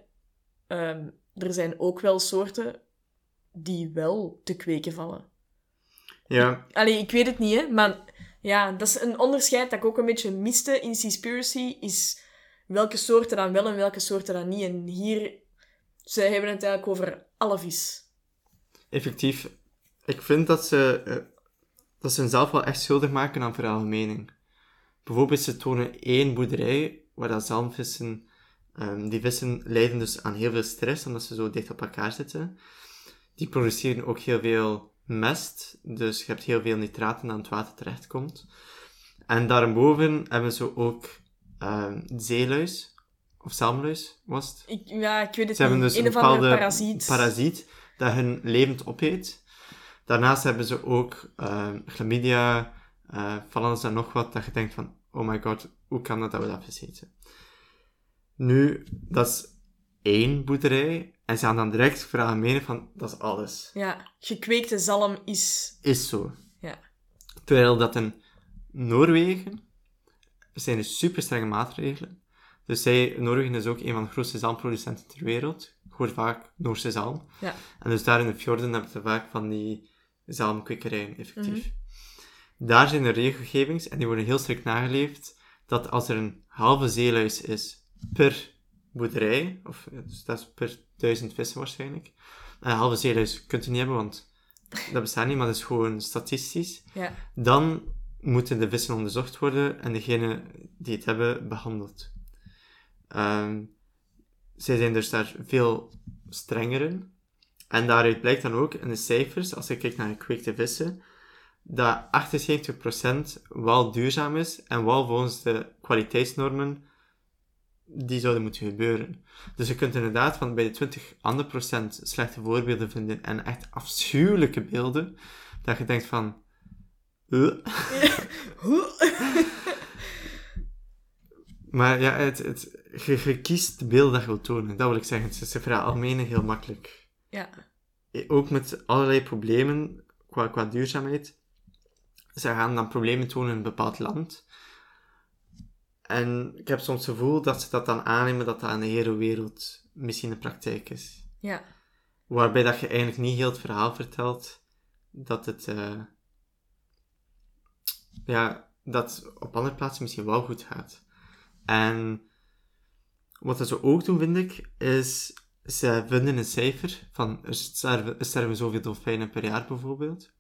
er zijn ook wel soorten die wel te kweken vallen. Ja, Allee, ik weet het niet, hè. Maar ja, dat is een onderscheid dat ik ook een beetje miste in Seaspiracy, is welke soorten dan wel en welke soorten dan niet. En hier, ze hebben het eigenlijk over alle vis. effectief. Ik vind dat ze zichzelf wel echt schuldig maken aan veralgemening. Bijvoorbeeld, ze tonen 1 boerderij waar dat zalmvissen... die vissen lijden dus aan heel veel stress, omdat ze zo dicht op elkaar zitten. Die produceren ook heel veel mest, dus je hebt heel veel nitraten dat in het water terechtkomt. En daarboven hebben ze ook zeeluis, of zalmluis was het. Ik weet het Ze hebben niet. dus Een een of andere bepaalde parasiet dat hun levend opeet. Daarnaast hebben ze ook chlamydia, van alles en nog wat, dat je denkt van, oh my god, hoe kan dat we dat vis eten? Nu, dat is 1 boerderij, en ze gaan dan direct veralgemenen van, dat is alles. Ja, gekweekte zalm is... Is zo. Ja. Terwijl dat in Noorwegen zijn er super strenge maatregelen. Dus Noorwegen is ook een van de grootste zalmproducenten ter wereld. Je hoort vaak Noorse zalm. Ja. En dus daar in de fjorden hebben ze vaak van die zalmkwekerijen, effectief. Daar zijn er regelgevings, en die worden heel strikt nageleefd, dat als er een halve zeeluis is per boerderij, of dus dat is per 1000 vissen waarschijnlijk. Een halve zeeluis kunt u niet hebben, want dat bestaat niet, maar dat is gewoon statistisch. Ja. Dan moeten de vissen onderzocht worden en degene die het hebben behandeld. Zij zijn dus daar veel strenger in. En daaruit blijkt dan ook in de cijfers, als je kijkt naar gekweekte vissen, dat 78% wel duurzaam is en wel volgens de kwaliteitsnormen die zouden moeten gebeuren. Dus je kunt inderdaad van bij de 20 andere procent slechte voorbeelden vinden en echt afschuwelijke beelden, dat je denkt van... Maar ja, je kiest de beelden dat je wilt tonen. Dat wil ik zeggen. Het is veralgemeen heel makkelijk. Ja. Ook met allerlei problemen qua duurzaamheid. Ze gaan dan problemen tonen in een bepaald land. En ik heb soms het gevoel dat ze dat dan aannemen dat dat in de hele wereld misschien de praktijk is. Ja. Waarbij dat je eigenlijk niet heel het verhaal vertelt dat het... dat op andere plaatsen misschien wel goed gaat. En wat ze ook doen, vind ik, is... Ze vinden een cijfer van... Er sterven zoveel dolfijnen per jaar, bijvoorbeeld.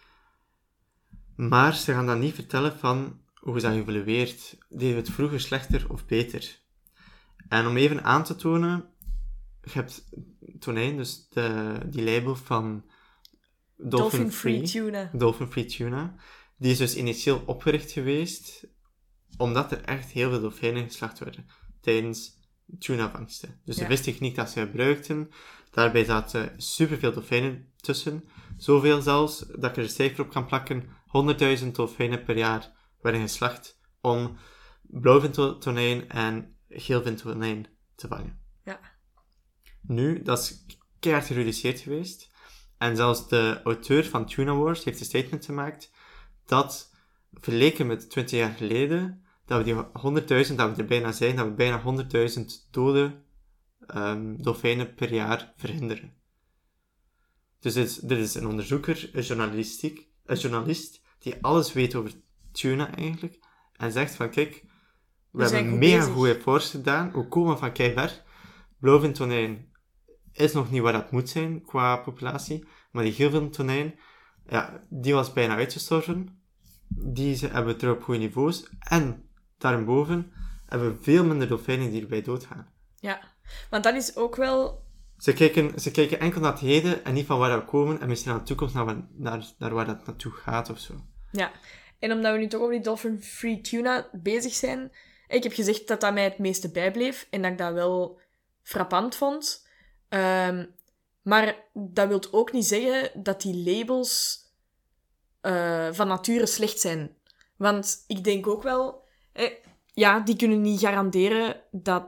Maar ze gaan dan niet vertellen van hoe is dat geëvolueerd. Deden we het vroeger slechter of beter? En om even aan te tonen... Je hebt tonijn, dus die label van Dolphin Free Tuna. Dolphin Free Tuna. Die is dus initieel opgericht geweest omdat er echt heel veel dolfijnen geslacht werden tijdens tunavangsten. Dus de vistechniek dat ze gebruikten, daarbij zaten superveel dolfijnen tussen. Zoveel zelfs dat ik er een cijfer op kan plakken. 100.000 dolfijnen per jaar werden geslacht om blauwvintonijn en geelvintonijn te vangen. Ja. Nu, dat is keihard gereduceerd geweest. En zelfs de auteur van Tuna Wars heeft een statement gemaakt dat, vergeleken met 20 jaar geleden, dat we die 100.000, dat we er bijna zijn, dat we bijna 100.000 dode dolfijnen per jaar verhinderen. Dus dit is een onderzoeker, een journalist, die alles weet over tuna eigenlijk, en zegt van, kijk, we hebben een mega goede force gedaan, we komen van keiver. Blauwvintonijn is nog niet waar dat moet zijn qua populatie, maar die geelvintonijn, ja, die was bijna uitgestorven. Die hebben we terug op goede niveaus. En daarboven hebben we veel minder dolfijnen die erbij doodgaan. Ja, want dat is ook wel... Ze kijken enkel naar het heden en niet van waar we komen en misschien naar de toekomst, naar waar dat naartoe gaat of zo. Ja, en omdat we nu toch over die Dolphin Free Tuna bezig zijn, ik heb gezegd dat dat mij het meeste bijbleef en dat ik dat wel frappant vond. Maar dat wil ook niet zeggen dat die labels van nature slecht zijn. Want ik denk ook wel... die kunnen niet garanderen dat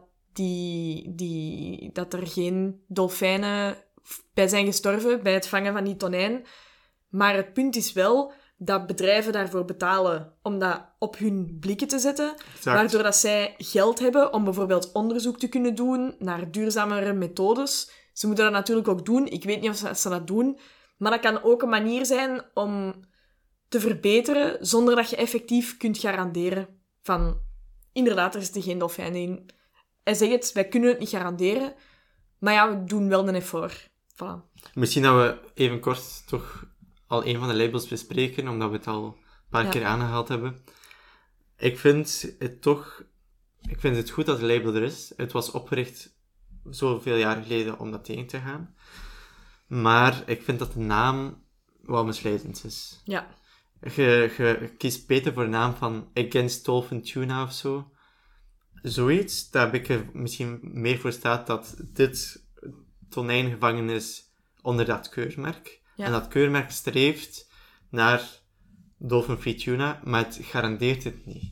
dat er geen dolfijnen bij zijn gestorven bij het vangen van die tonijn. Maar het punt is wel dat bedrijven daarvoor betalen om dat op hun blikken te zetten. Exact. Waardoor dat zij geld hebben om bijvoorbeeld onderzoek te kunnen doen naar duurzamere methodes. Ze moeten dat natuurlijk ook doen. Ik weet niet of ze dat doen. Maar dat kan ook een manier zijn om te verbeteren zonder dat je effectief kunt garanderen van... Inderdaad, er zitten geen dolfijnen in. Hij zegt het, wij kunnen het niet garanderen. Maar ja, we doen wel een effort. Voilà. Misschien dat we even kort toch al een van de labels bespreken, omdat we het al een paar keer aangehaald hebben. Ik vind het goed dat het label er is. Het was opgericht zoveel jaar geleden om dat tegen te gaan. Maar ik vind dat de naam wel misleidend is. Ja. Je kiest beter voor de naam van Against Dolphin Tuna of zo. Zoiets, daar heb ik er misschien meer voor staat dat dit tonijn gevangen is onder dat keurmerk. Ja. En dat keurmerk streeft naar Dolphin Free Tuna, maar het garandeert het niet.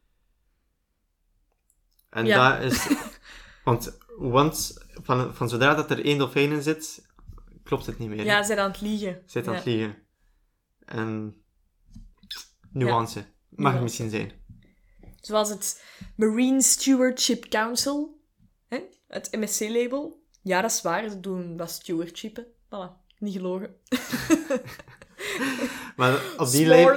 En dat is... want van zodra dat er 1 dolfijn in zit, klopt het niet meer. Ja, ze zijn aan het liegen. Aan het liegen. En... nuance. Mag het misschien zijn. Zoals het Marine Stewardship Council. Hè? Het MSC-label. Ja, dat is waar. Ze doen wat stewardshipen. Voilà. Niet gelogen. Maar op die label...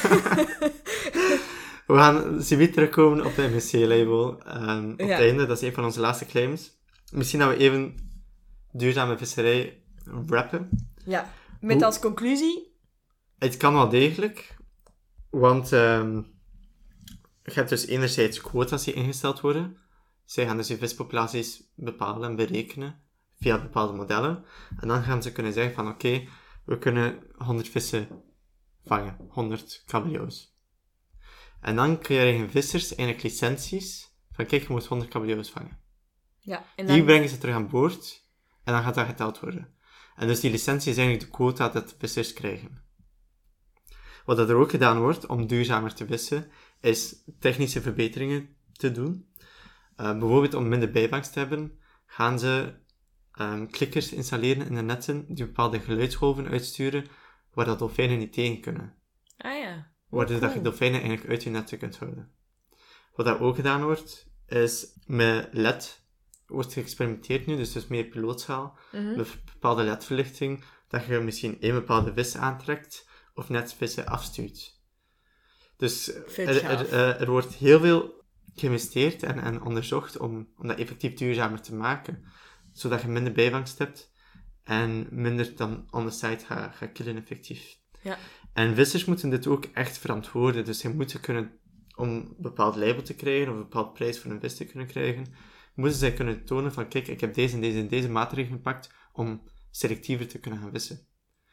We gaan weer terugkomen op het MSC-label. Op het einde, dat is een van onze laatste claims. Misschien dat we even duurzame visserij rappen. Ja. Met als conclusie... Het kan wel degelijk... Want je hebt dus enerzijds quota's die ingesteld worden. Zij gaan dus je vispopulaties bepalen en berekenen via bepaalde modellen. En dan gaan ze kunnen zeggen van oké, we kunnen 100 vissen vangen. 100 kabeljo's. En dan krijgen vissers eigenlijk licenties van kijk, je moet 100 kabeljo's vangen. Ja, en dan... Die brengen ze terug aan boord en dan gaat dat geteld worden. En dus die licentie is eigenlijk de quota dat de vissers krijgen. Wat er ook gedaan wordt om duurzamer te vissen, is technische verbeteringen te doen. Bijvoorbeeld om minder bijvangst te hebben, gaan ze klikkers installeren in de netten die bepaalde geluidsgolven uitsturen waar dat dolfijnen niet tegen kunnen. Ah ja. Waardoor dat je dolfijnen eigenlijk uit je netten kunt houden. Wat dat ook gedaan wordt, is met LED wordt geëxperimenteerd nu, dus meer pilootschaal, met bepaalde LED-verlichting, dat je misschien één bepaalde vis aantrekt, of net vissen afstuurt. Dus er wordt heel veel geïnvesteerd en onderzocht om dat effectief duurzamer te maken, zodat je minder bijvangst hebt en minder dan on the side gaat killen effectief. Ja. En vissers moeten dit ook echt verantwoorden, dus ze moeten kunnen, om een bepaald label te krijgen, of een bepaald prijs voor een vis te kunnen krijgen, moeten zij kunnen tonen van, kijk, ik heb deze en deze en deze maatregelen gepakt om selectiever te kunnen gaan vissen.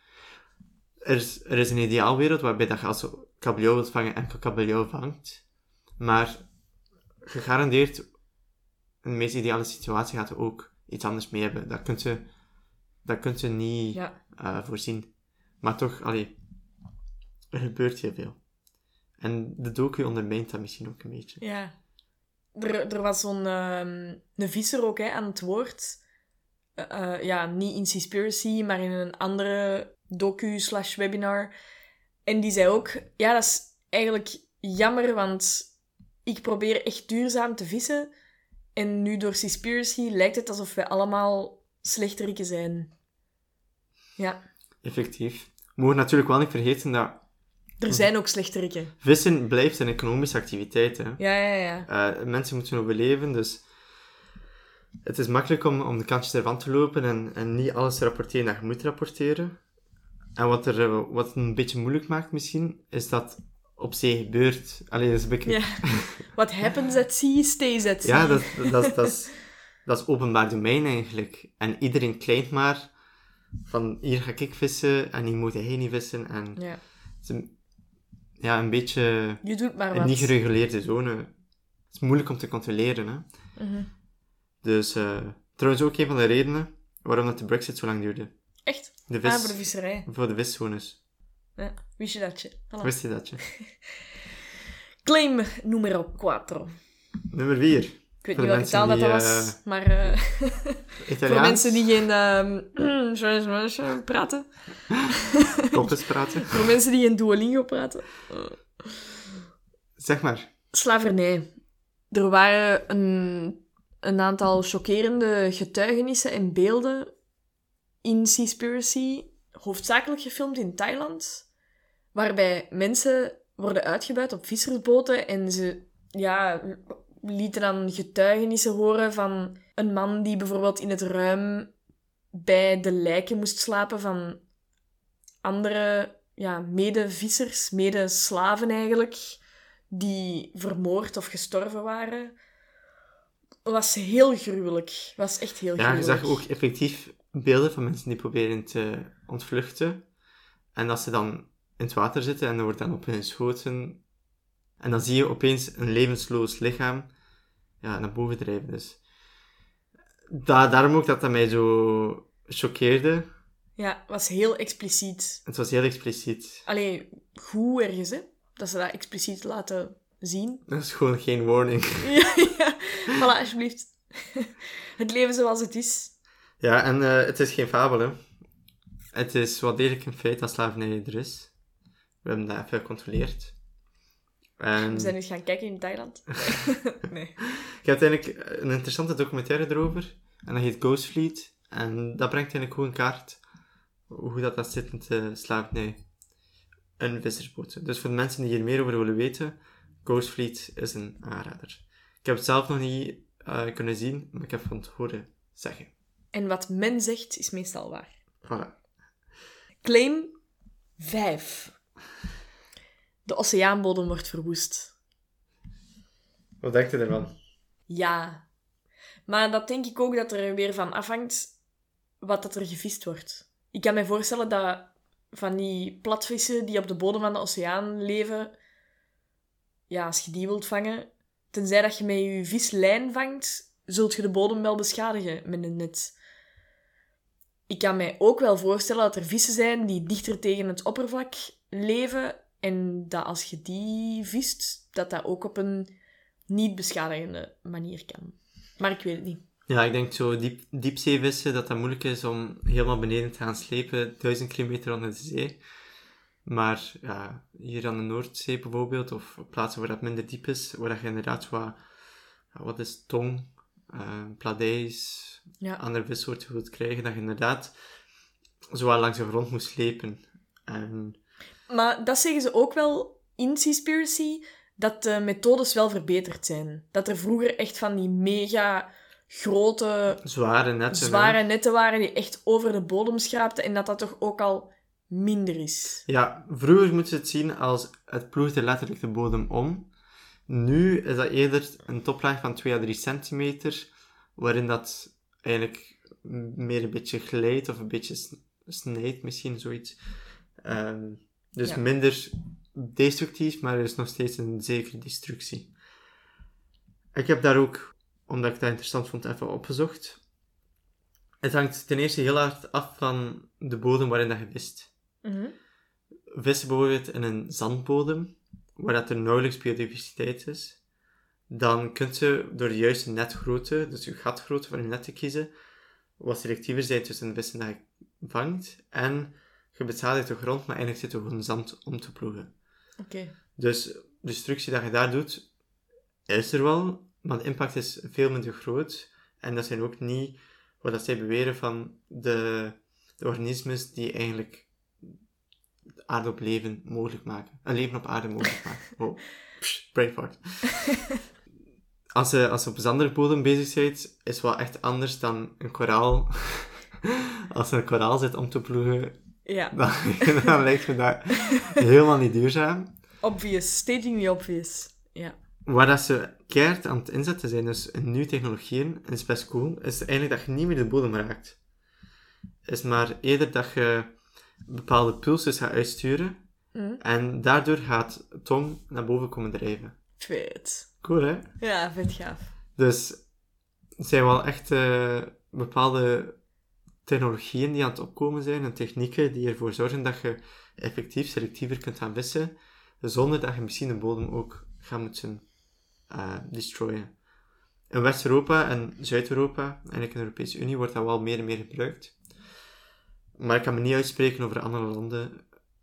Er is een ideaalwereld waarbij dat je als je kabeljauw wilt vangen enkel kabeljauw vangt, maar gegarandeerd in de meest ideale situatie gaat er ook iets anders mee hebben. Dat kunt je niet voorzien. Maar toch, er gebeurt heel veel. En de docu ondermijnt dat misschien ook een beetje. Ja. Er was een visser ook aan het woord. Niet in Seaspiracy, maar in een andere docu/webinar. En die zei ook, ja, dat is eigenlijk jammer, want ik probeer echt duurzaam te vissen. En nu door Seaspiracy lijkt het alsof wij allemaal slechterikken zijn. Ja. Effectief. We mogen natuurlijk wel niet vergeten dat er zijn ook slechterikken. Vissen blijft een economische activiteit. Hè. Ja. Mensen moeten overleven, dus het is makkelijk om de kantjes ervan te lopen en niet alles te rapporteren dat je moet rapporteren. En wat het een beetje moeilijk maakt misschien, is dat op zee gebeurt. Dat is een beetje... What happens at sea, stays at sea. Ja, dat is openbaar domein eigenlijk. En iedereen claimt maar van hier ga ik vissen en hier moet hij niet vissen. En het is een beetje je doet maar een niet gereguleerde zone. Het is moeilijk om te controleren. Hè? Mm-hmm. Dus trouwens ook een van de redenen waarom dat de Brexit zo lang duurde. Echt? Voor de visserij. Voor de viszones. Ja, wist je dat je? Voilà. Wist je dat je? Claim numero 4. Nummer 4. Ik weet niet welke taal dat was, maar voor mensen die geen praten. Koppels praten. Voor mensen die geen Duolingo praten. Zeg maar. Slavernij. Er waren een aantal chockerende getuigenissen en beelden in Seaspiracy, hoofdzakelijk gefilmd in Thailand, waarbij mensen worden uitgebuit op vissersboten en ze lieten dan getuigenissen horen van een man die bijvoorbeeld in het ruim bij de lijken moest slapen van andere mede-vissers, mede-slaven eigenlijk, die vermoord of gestorven waren. Het was heel gruwelijk. Het was echt heel gruwelijk. Ja, je zag ook effectief beelden van mensen die proberen te ontvluchten. En dat ze dan in het water zitten en er wordt dan op hen geschoten. En dan zie je opeens een levensloos lichaam naar boven drijven. Dus daarom ook dat mij zo choqueerde. Ja, het was heel expliciet. Het was heel expliciet. Allee, goed ergens, hè? Dat ze dat expliciet laten zien. Dat is gewoon geen warning. ja. Voilà, alsjeblieft. Het leven zoals het is. Ja, en het is geen fabel, hè. Het is wel degelijk een feit dat slavernij er is. We hebben dat even gecontroleerd. En... We zijn eens gaan kijken in Thailand. Nee. Ik heb uiteindelijk een interessante documentaire erover. En dat heet Ghost Fleet. En dat brengt eigenlijk goed in kaart hoe dat zit met de slavernij en vissersboten. Dus voor de mensen die hier meer over willen weten, Ghost Fleet is een aanrader. Ik heb het zelf nog niet kunnen zien, maar ik heb van het horen zeggen. En wat men zegt, is meestal waar. Voilà. Claim 5. De oceaanbodem wordt verwoest. Wat denk je ervan? Ja. Maar dat denk ik ook dat er weer van afhangt wat dat er gevist wordt. Ik kan me voorstellen dat van die platvissen die op de bodem van de oceaan leven, als je die wilt vangen, tenzij dat je met je vislijn vangt, zult je de bodem wel beschadigen met een net. Ik kan mij ook wel voorstellen dat er vissen zijn die dichter tegen het oppervlak leven en dat als je die vist, dat ook op een niet beschadigende manier kan. Maar ik weet het niet. Ja, ik denk zo diepzeevissen, dat moeilijk is om helemaal beneden te gaan slepen, 1000 kilometer onder de zee. Maar ja, hier aan de Noordzee bijvoorbeeld, of op plaatsen waar dat minder diep is, waar dat je inderdaad wat is tong, pladijs, andere vissoorten wilt krijgen, dat je inderdaad zowel langs de grond moet slepen. Maar dat zeggen ze ook wel in Seaspiracy, dat de methodes wel verbeterd zijn. Dat er vroeger echt van die mega grote, zware netten waren die echt over de bodem schraapten en dat toch ook al minder is. Ja, vroeger moet je het zien als het ploegde letterlijk de bodem om. Nu is dat eerder een toplaag van 2 à 3 centimeter, waarin dat eigenlijk meer een beetje glijdt of een beetje snijdt, misschien zoiets. Dus minder destructief, maar er is nog steeds een zekere destructie. Ik heb daar ook, omdat ik dat interessant vond, even opgezocht. Het hangt ten eerste heel hard af van de bodem waarin dat je vist. Mm-hmm. Vissen bijvoorbeeld in een zandbodem, waar dat er nauwelijks biodiversiteit is, dan kun je door de juiste netgrootte, dus je gatgrootte van je net te kiezen, wat selectiever zijn tussen de vissen dat je vangt, en je beschadigt de grond, maar eigenlijk zit er gewoon zand om te ploegen. Okay. Dus de destructie dat je daar doet, is er wel, maar de impact is veel minder groot. En dat zijn ook niet, wat dat zij beweren, van de organismes die eigenlijk aarde op leven mogelijk maken. Een leven op aarde mogelijk maken. Oh, brainfart. Als je op een zanderbodem bezig bent, is het wel echt anders dan een koraal. Als er een koraal zit om te ploegen, dan lijkt me dat helemaal niet duurzaam. Obvious. Staging the obvious. Ja. Waar dat ze keihard aan het inzetten zijn, dus in nieuwe technologieën, is best cool, is eigenlijk dat je niet meer de bodem raakt. Is maar eerder dat je bepaalde pulses gaat uitsturen, en daardoor gaat tong naar boven komen drijven. Vet. Cool, hè? Ja, vet gaaf. Dus het zijn wel echt bepaalde technologieën die aan het opkomen zijn en technieken die ervoor zorgen dat je effectief selectiever kunt gaan vissen, zonder dat je misschien de bodem ook gaat moeten destroyen. In West-Europa en Zuid-Europa, eigenlijk in de Europese Unie, wordt dat wel meer en meer gebruikt. Maar ik kan me niet uitspreken over andere landen.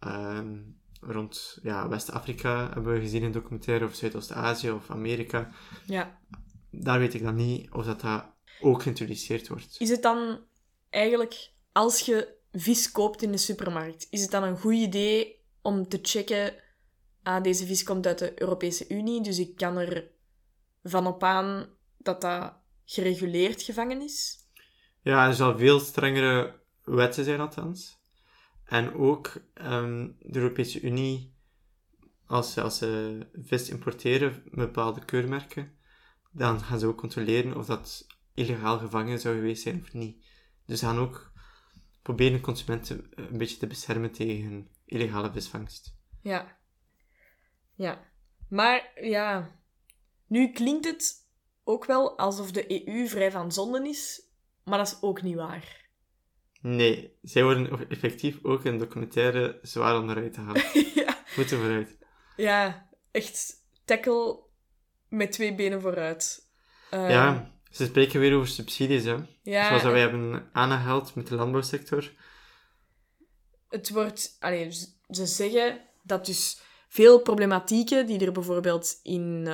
Rond West-Afrika hebben we gezien in documentaire, of Zuidoost-Azië of Amerika. Ja. Daar weet ik dan niet of dat ook geïntroduceerd wordt. Is het dan eigenlijk, als je vis koopt in de supermarkt, is het dan een goed idee om te checken, deze vis komt uit de Europese Unie, dus ik kan er van op aan dat dat gereguleerd gevangen is? Ja, er zal veel strengere wetten zijn althans. En ook de Europese Unie, als ze vis importeren met bepaalde keurmerken, dan gaan ze ook controleren of dat illegaal gevangen zou geweest zijn of niet. Dus ze gaan ook proberen consumenten een beetje te beschermen tegen illegale visvangst. Ja. Ja. Maar ja, nu klinkt het ook wel alsof de EU vrij van zonden is, maar dat is ook niet waar. Nee, zij worden effectief ook in documentaire zwaar onderuit gehaald. Ja. Moeten vooruit. Ja, echt tackle met 2 benen vooruit. Ja, ze spreken weer over subsidies, hè. Ja, zoals dat wij hebben aangehaald met de landbouwsector. Het wordt... ze zeggen dat dus veel problematieken die er bijvoorbeeld in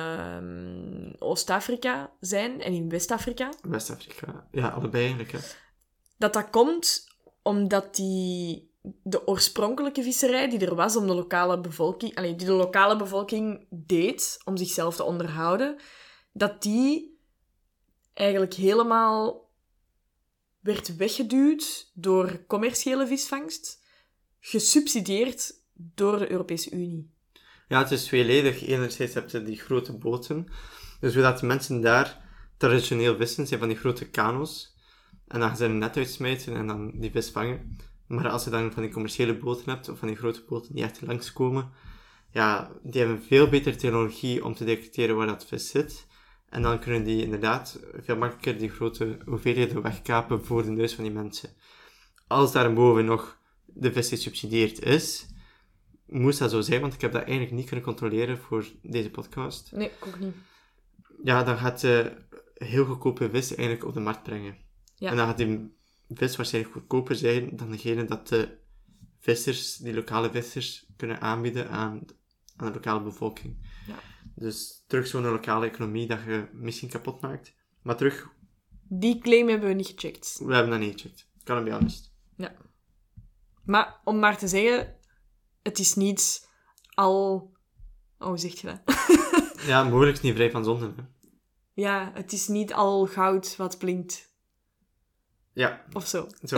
Oost-Afrika zijn en in West-Afrika... West-Afrika, ja, allebei eigenlijk, hè. Dat komt omdat de oorspronkelijke visserij die er was om de lokale bevolking... die de lokale bevolking deed om zichzelf te onderhouden, dat die eigenlijk helemaal werd weggeduwd door commerciële visvangst, gesubsidieerd door de Europese Unie. Ja, het is tweeledig. Enerzijds heb je die grote boten. Dus hoe dat de mensen daar traditioneel vissen, zijn van die grote kano's. En dan gaan ze er net uitsmijten en dan die vis vangen. Maar als je dan van die commerciële boten hebt, of van die grote boten die echt langskomen, ja, die hebben veel betere technologie om te detecteren waar dat vis zit. En dan kunnen die inderdaad veel makkelijker die grote hoeveelheden wegkapen voor de neus van die mensen. Als daarboven nog de vis gesubsidieerd is, moest dat zo zijn, want ik heb dat eigenlijk niet kunnen controleren voor deze podcast. Nee, ik ook niet. Ja, dan gaat de heel goedkope vis eigenlijk op de markt brengen. Ja. En dan gaat die vis waarschijnlijk goedkoper zijn dan degene dat de vissers, die lokale vissers, kunnen aanbieden aan de lokale bevolking. Ja. Dus terug zo'n lokale economie dat je misschien kapot maakt. Maar terug, Die claim hebben we niet gecheckt. we hebben dat niet gecheckt. Kan het be honest. Ja. Maar om maar te zeggen, het is niet al... Oh, hoe zeg je dat? Ja, mogelijk is niet vrij van zonde. Hè. Ja, het is niet al goud wat blinkt. Ja, Of zo. zo.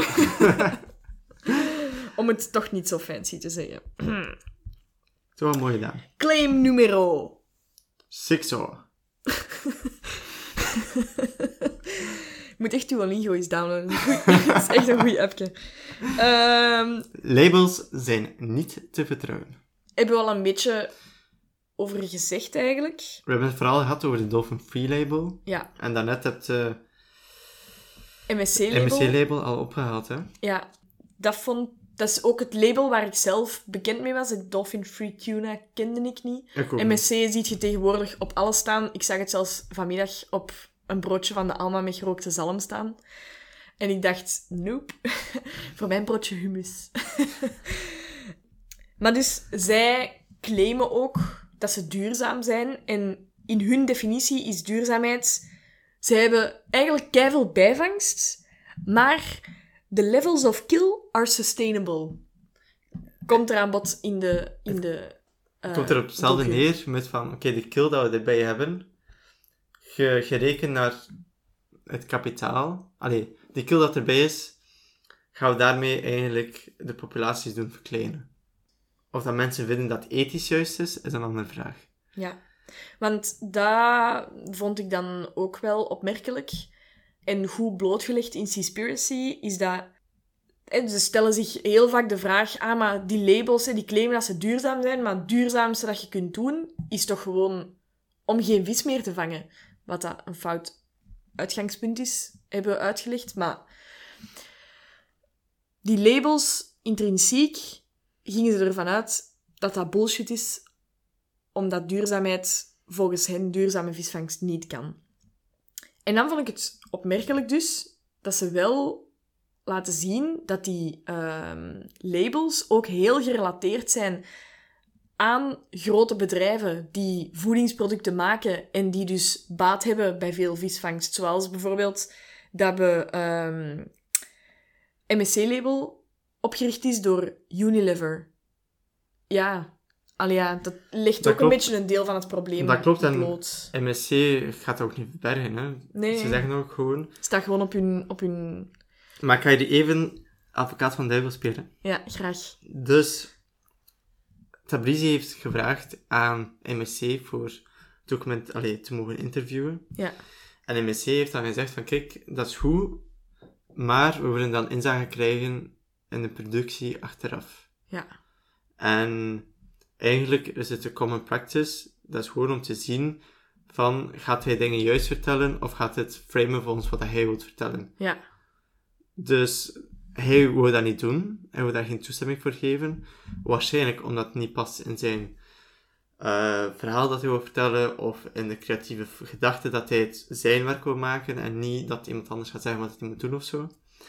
Om het toch niet zo fancy te zeggen. Zo wel mooi gedaan. Claim numero. Sixo. Ik moet echt Duolingo eens downloaden. Dat is echt een goeie appje. Labels zijn niet te vertrouwen. Hebben we al een beetje over gezegd, eigenlijk. We hebben het vooral gehad over de Dolphin Free label. Ja. En daarnet heb je MSC-label. MSC-label al opgehaald, hè? Ja. Dat is ook het label waar ik zelf bekend mee was. Het Dolphin Free Tuna kende ik niet. Ik ook niet. MSC ziet je tegenwoordig op alles staan. Ik zag het zelfs vanmiddag op een broodje van de Alma met gerookte zalm staan. En ik dacht, nope. Voor mijn broodje hummus. Maar dus, zij claimen ook dat ze duurzaam zijn. En in hun definitie is duurzaamheid... Zij hebben eigenlijk keiveel bijvangst, maar the levels of kill are sustainable. Komt er aan bod in de Komt er op hetzelfde docu. neer met van, oké, de kill dat we erbij hebben, gerekend naar het kapitaal. Allee, de kill dat erbij is, gaan we daarmee eigenlijk de populaties doen verkleinen. Of dat mensen vinden dat ethisch juist is een andere vraag. Ja, want dat vond ik dan ook wel opmerkelijk. En goed blootgelegd in Seaspiracy is dat... Ze stellen zich heel vaak de vraag, maar die labels, die claimen dat ze duurzaam zijn, maar het duurzaamste dat je kunt doen, is toch gewoon om geen vis meer te vangen. Wat dat een fout uitgangspunt is, hebben we uitgelegd. Maar die labels, intrinsiek, gingen ze ervan uit dat dat bullshit is, omdat duurzaamheid volgens hen duurzame visvangst niet kan. En dan vond ik het opmerkelijk dus dat ze wel laten zien dat die labels ook heel gerelateerd zijn aan grote bedrijven die voedingsproducten maken en die dus baat hebben bij veel visvangst. Zoals bijvoorbeeld dat we MSC-label opgericht is door Unilever. Ja, dat legt Dat ook klopt. een beetje een deel van het probleem Dat klopt, en bloot. MSC gaat ook niet verbergen, hè. Nee. Ze zeggen ook gewoon... Het staat gewoon op hun... Maar kan je die even advocaat van de duivel spelen? Ja, graag. Dus, Tabrizi heeft gevraagd aan MSC voor te mogen interviewen. Ja. En MSC heeft dan gezegd van, kijk, dat is goed, maar we willen dan inzage krijgen in de productie achteraf. Ja. En eigenlijk is het een common practice, dat is gewoon om te zien van, gaat hij dingen juist vertellen, of gaat het framen volgens wat hij wil vertellen. Ja. Dus hij wil dat niet doen. Hij wil daar geen toestemming voor geven. Waarschijnlijk omdat het niet past in zijn verhaal dat hij wil vertellen, of in de creatieve gedachte dat hij het zijn werk wil maken, en niet dat iemand anders gaat zeggen wat hij moet doen of zo.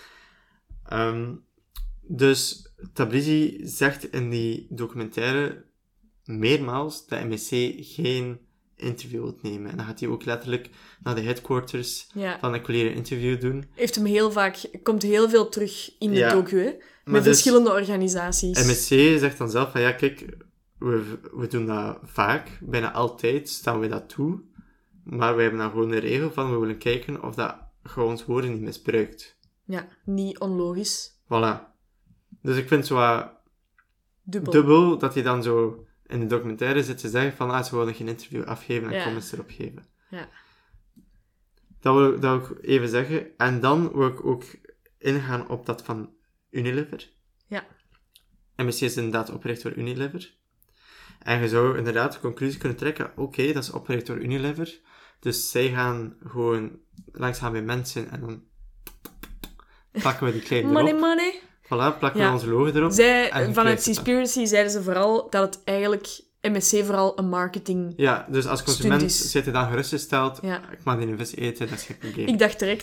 Dus Tabrizi zegt in die documentaire meermaals dat MSC geen interview wilt nemen. En dan gaat hij ook letterlijk naar de headquarters Ja. van ik wil hier een interview doen. Heeft hem heel vaak... Komt heel veel terug in de Ja. docu, hè? Maar Met dus- verschillende organisaties. MSC zegt dan zelf van, ja, kijk, we doen dat vaak. Bijna altijd staan we dat toe. Maar we hebben dan gewoon een regel van, we willen kijken of dat gewoon ons woorden niet misbruikt. Ja, niet onlogisch. Voilà. Dus ik vind het zo wat Dubbel. dubbel dat hij dan zo in de documentaire zit te zeggen van, ze willen geen interview afgeven en Ja. comments erop geven. Ja. Dat wil ik even zeggen. En dan wil ik ook ingaan op dat van Unilever. Ja. MSC is inderdaad opgericht door Unilever. En je zou inderdaad de conclusie kunnen trekken, oké, dat is opgericht door Unilever. Dus zij gaan gewoon langzaam bij mensen en dan plakken we die kleine Money, erop. money. Voilà, plakken Ja. we onze logo erop. en Zij, je vanuit krijgt het. Seaspiracy zeiden ze vooral dat het eigenlijk... MSC vooral een marketing... Ja, dus als consument Stunt is. zit je dan gerustgesteld. Ja. Ik mag die vis eten, dat is geen probleem. Ik dacht direct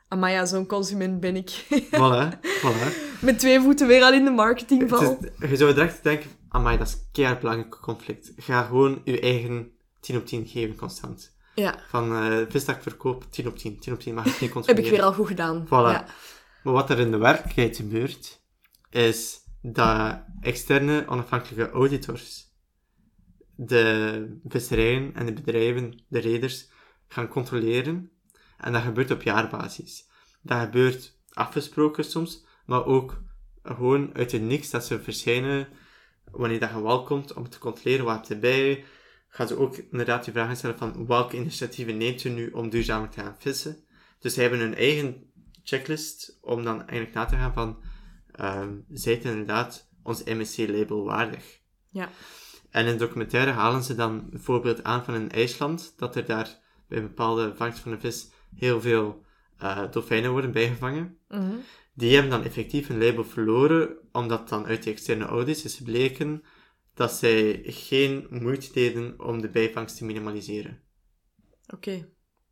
Amaya, zo'n consument ben ik. Voilà. Met 2 voeten weer al in de marketingval. Je zou direct denken, amai, dat is een keihard belangrijk conflict. Ga gewoon je eigen 10 op 10 geven, constant. Ja, Van vis dat ik verkoop, 10 op 10. 10 op 10 mag ik niet heb consumeren. ik weer al goed gedaan. Voilà. Ja. Maar wat er in de werkelijkheid gebeurt, is dat externe onafhankelijke auditors de visserijen en de bedrijven, de reders, gaan controleren. En dat gebeurt op jaarbasis. Dat gebeurt afgesproken soms, maar ook gewoon uit het niks dat ze verschijnen wanneer dat je wal komt om te controleren wat heb je erbij. Gaan ze ook inderdaad je vragen stellen van welke initiatieven neemt u nu om duurzamer te gaan vissen. Dus zij hebben hun eigen checklist om dan eigenlijk na te gaan van zijt inderdaad ons MSC-label waardig. Ja. En in de documentaire halen ze dan bijvoorbeeld aan van in IJsland dat er daar bij een bepaalde vangst van de vis heel veel dolfijnen worden bijgevangen. Mhm. Die hebben dan effectief hun label verloren, omdat dan uit de externe audits is gebleken dat zij geen moeite deden om de bijvangst te minimaliseren. Oké.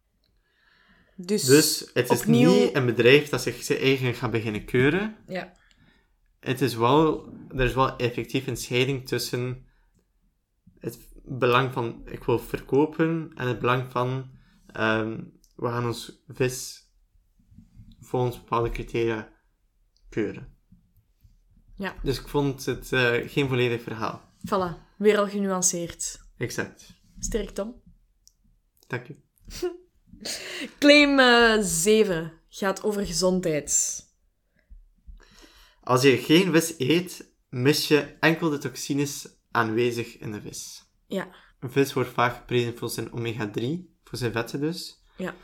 Dus het is opnieuw... niet een bedrijf dat zich zijn eigen gaat beginnen keuren. Ja. Er is wel effectief een scheiding tussen het belang van ik wil verkopen en het belang van we gaan ons vis volgens bepaalde criteria keuren. Ja. Dus ik vond het geen volledig verhaal. Voilà. Weer al genuanceerd. Exact. Sterk, Tom. Dank u. Claim 7 gaat over gezondheid. Als je geen vis eet, mis je enkel de toxines aanwezig in de vis. Ja. Een vis wordt vaak geprezen voor zijn omega-3, voor zijn vetten dus. Ja.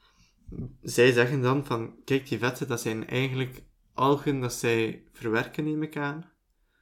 Zij zeggen dan van, kijk, die vetten, dat zijn eigenlijk algen dat zij verwerken, neem ik aan.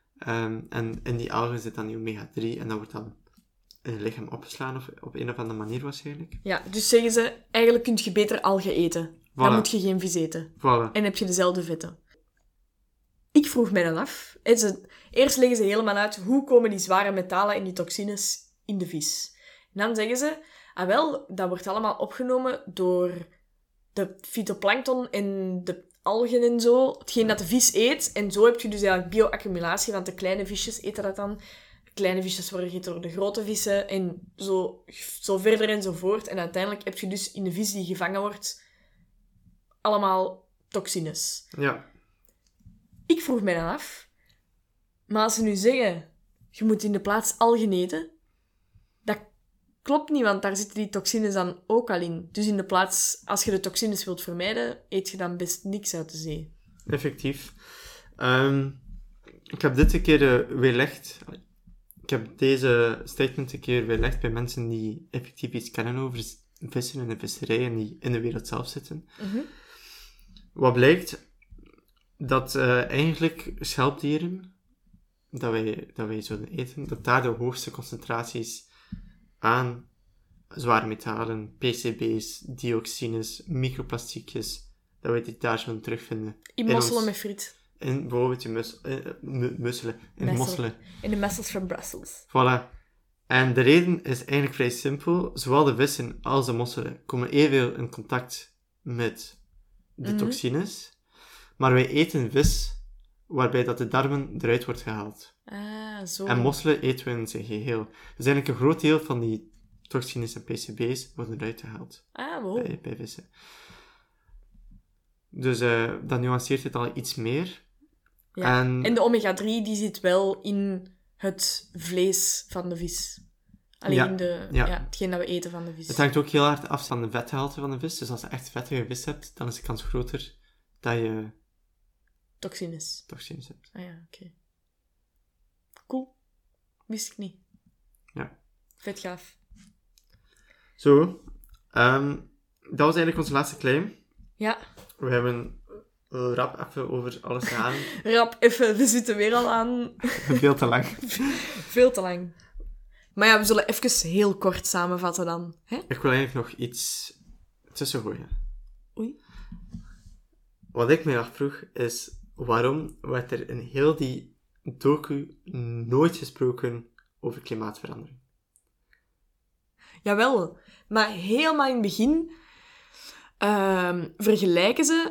En in die algen zit dan die omega-3 en dat wordt dan in het lichaam opgeslagen of op een of andere manier waarschijnlijk. Ja, dus zeggen ze, eigenlijk kun je beter algen eten. Dan Voilà. moet je geen vis eten. Voilà. En heb je dezelfde vetten. Ik vroeg mij dan af. Eerst leggen ze helemaal uit hoe komen die zware metalen en die toxines in de vis. En dan zeggen ze, dat wordt allemaal opgenomen door de fytoplankton en de algen en zo. Hetgeen dat de vis eet. En zo heb je dus eigenlijk bioaccumulatie, want de kleine visjes eten dat dan. De kleine visjes worden gegeten door de grote vissen. En zo verder enzovoort. En uiteindelijk heb je dus in de vis die gevangen wordt allemaal toxines. Ja. Ik vroeg mij dan af, maar als ze nu zeggen, je moet in de plaats algen eten, dat klopt niet, want daar zitten die toxines dan ook al in. Dus in de plaats, als je de toxines wilt vermijden, eet je dan best niks uit de zee. Effectief. Ik heb dit een keer weerlegd. Ik heb deze statement een keer weerlegd bij mensen die effectief iets kennen over vissen en de visserij en die in de wereld zelf zitten. Mhm. Wat blijkt, dat eigenlijk schelpdieren dat wij zouden eten, dat daar de hoogste concentraties aan zware metalen, PCB's, dioxines, microplastiekjes, dat wij die daar zouden terugvinden. In mosselen met friet. In bijvoorbeeld je musselen. In mosselen. In de mussels van Brussels. Voilà. En de reden is eigenlijk vrij simpel. Zowel de vissen als de mosselen komen evenveel in contact met de toxines. Maar wij eten vis waarbij dat de darmen eruit wordt gehaald. Ah, zo. En mosselen eten we in zijn geheel. Dus eigenlijk een groot deel van die toxines en PCB's worden eruit gehaald. Ah, wow. Bij vissen. Dus dat nuanceert het al iets meer. Ja. En de omega-3 die zit wel in het vlees van de vis. Alleen hetgeen dat we eten van de vis. Het hangt ook heel hard af van de vetgehalte van de vis. Dus als je echt vettige vis hebt, dan is de kans groter dat je toxines hebt. Ah ja, oké. Cool. Wist ik niet. Ja. Vet gaaf. Zo. Dat was eigenlijk onze laatste claim. Ja. We hebben rap even over alles gegaan. Rap even, we zitten weer al aan. Veel te lang. Veel te lang. Maar ja, we zullen even heel kort samenvatten dan. Hè? Ik wil eigenlijk nog iets tussen gooien. Oei. Wat ik me afvroeg is, waarom werd er in heel die docu nooit gesproken over klimaatverandering? Jawel, maar helemaal in het begin vergelijken ze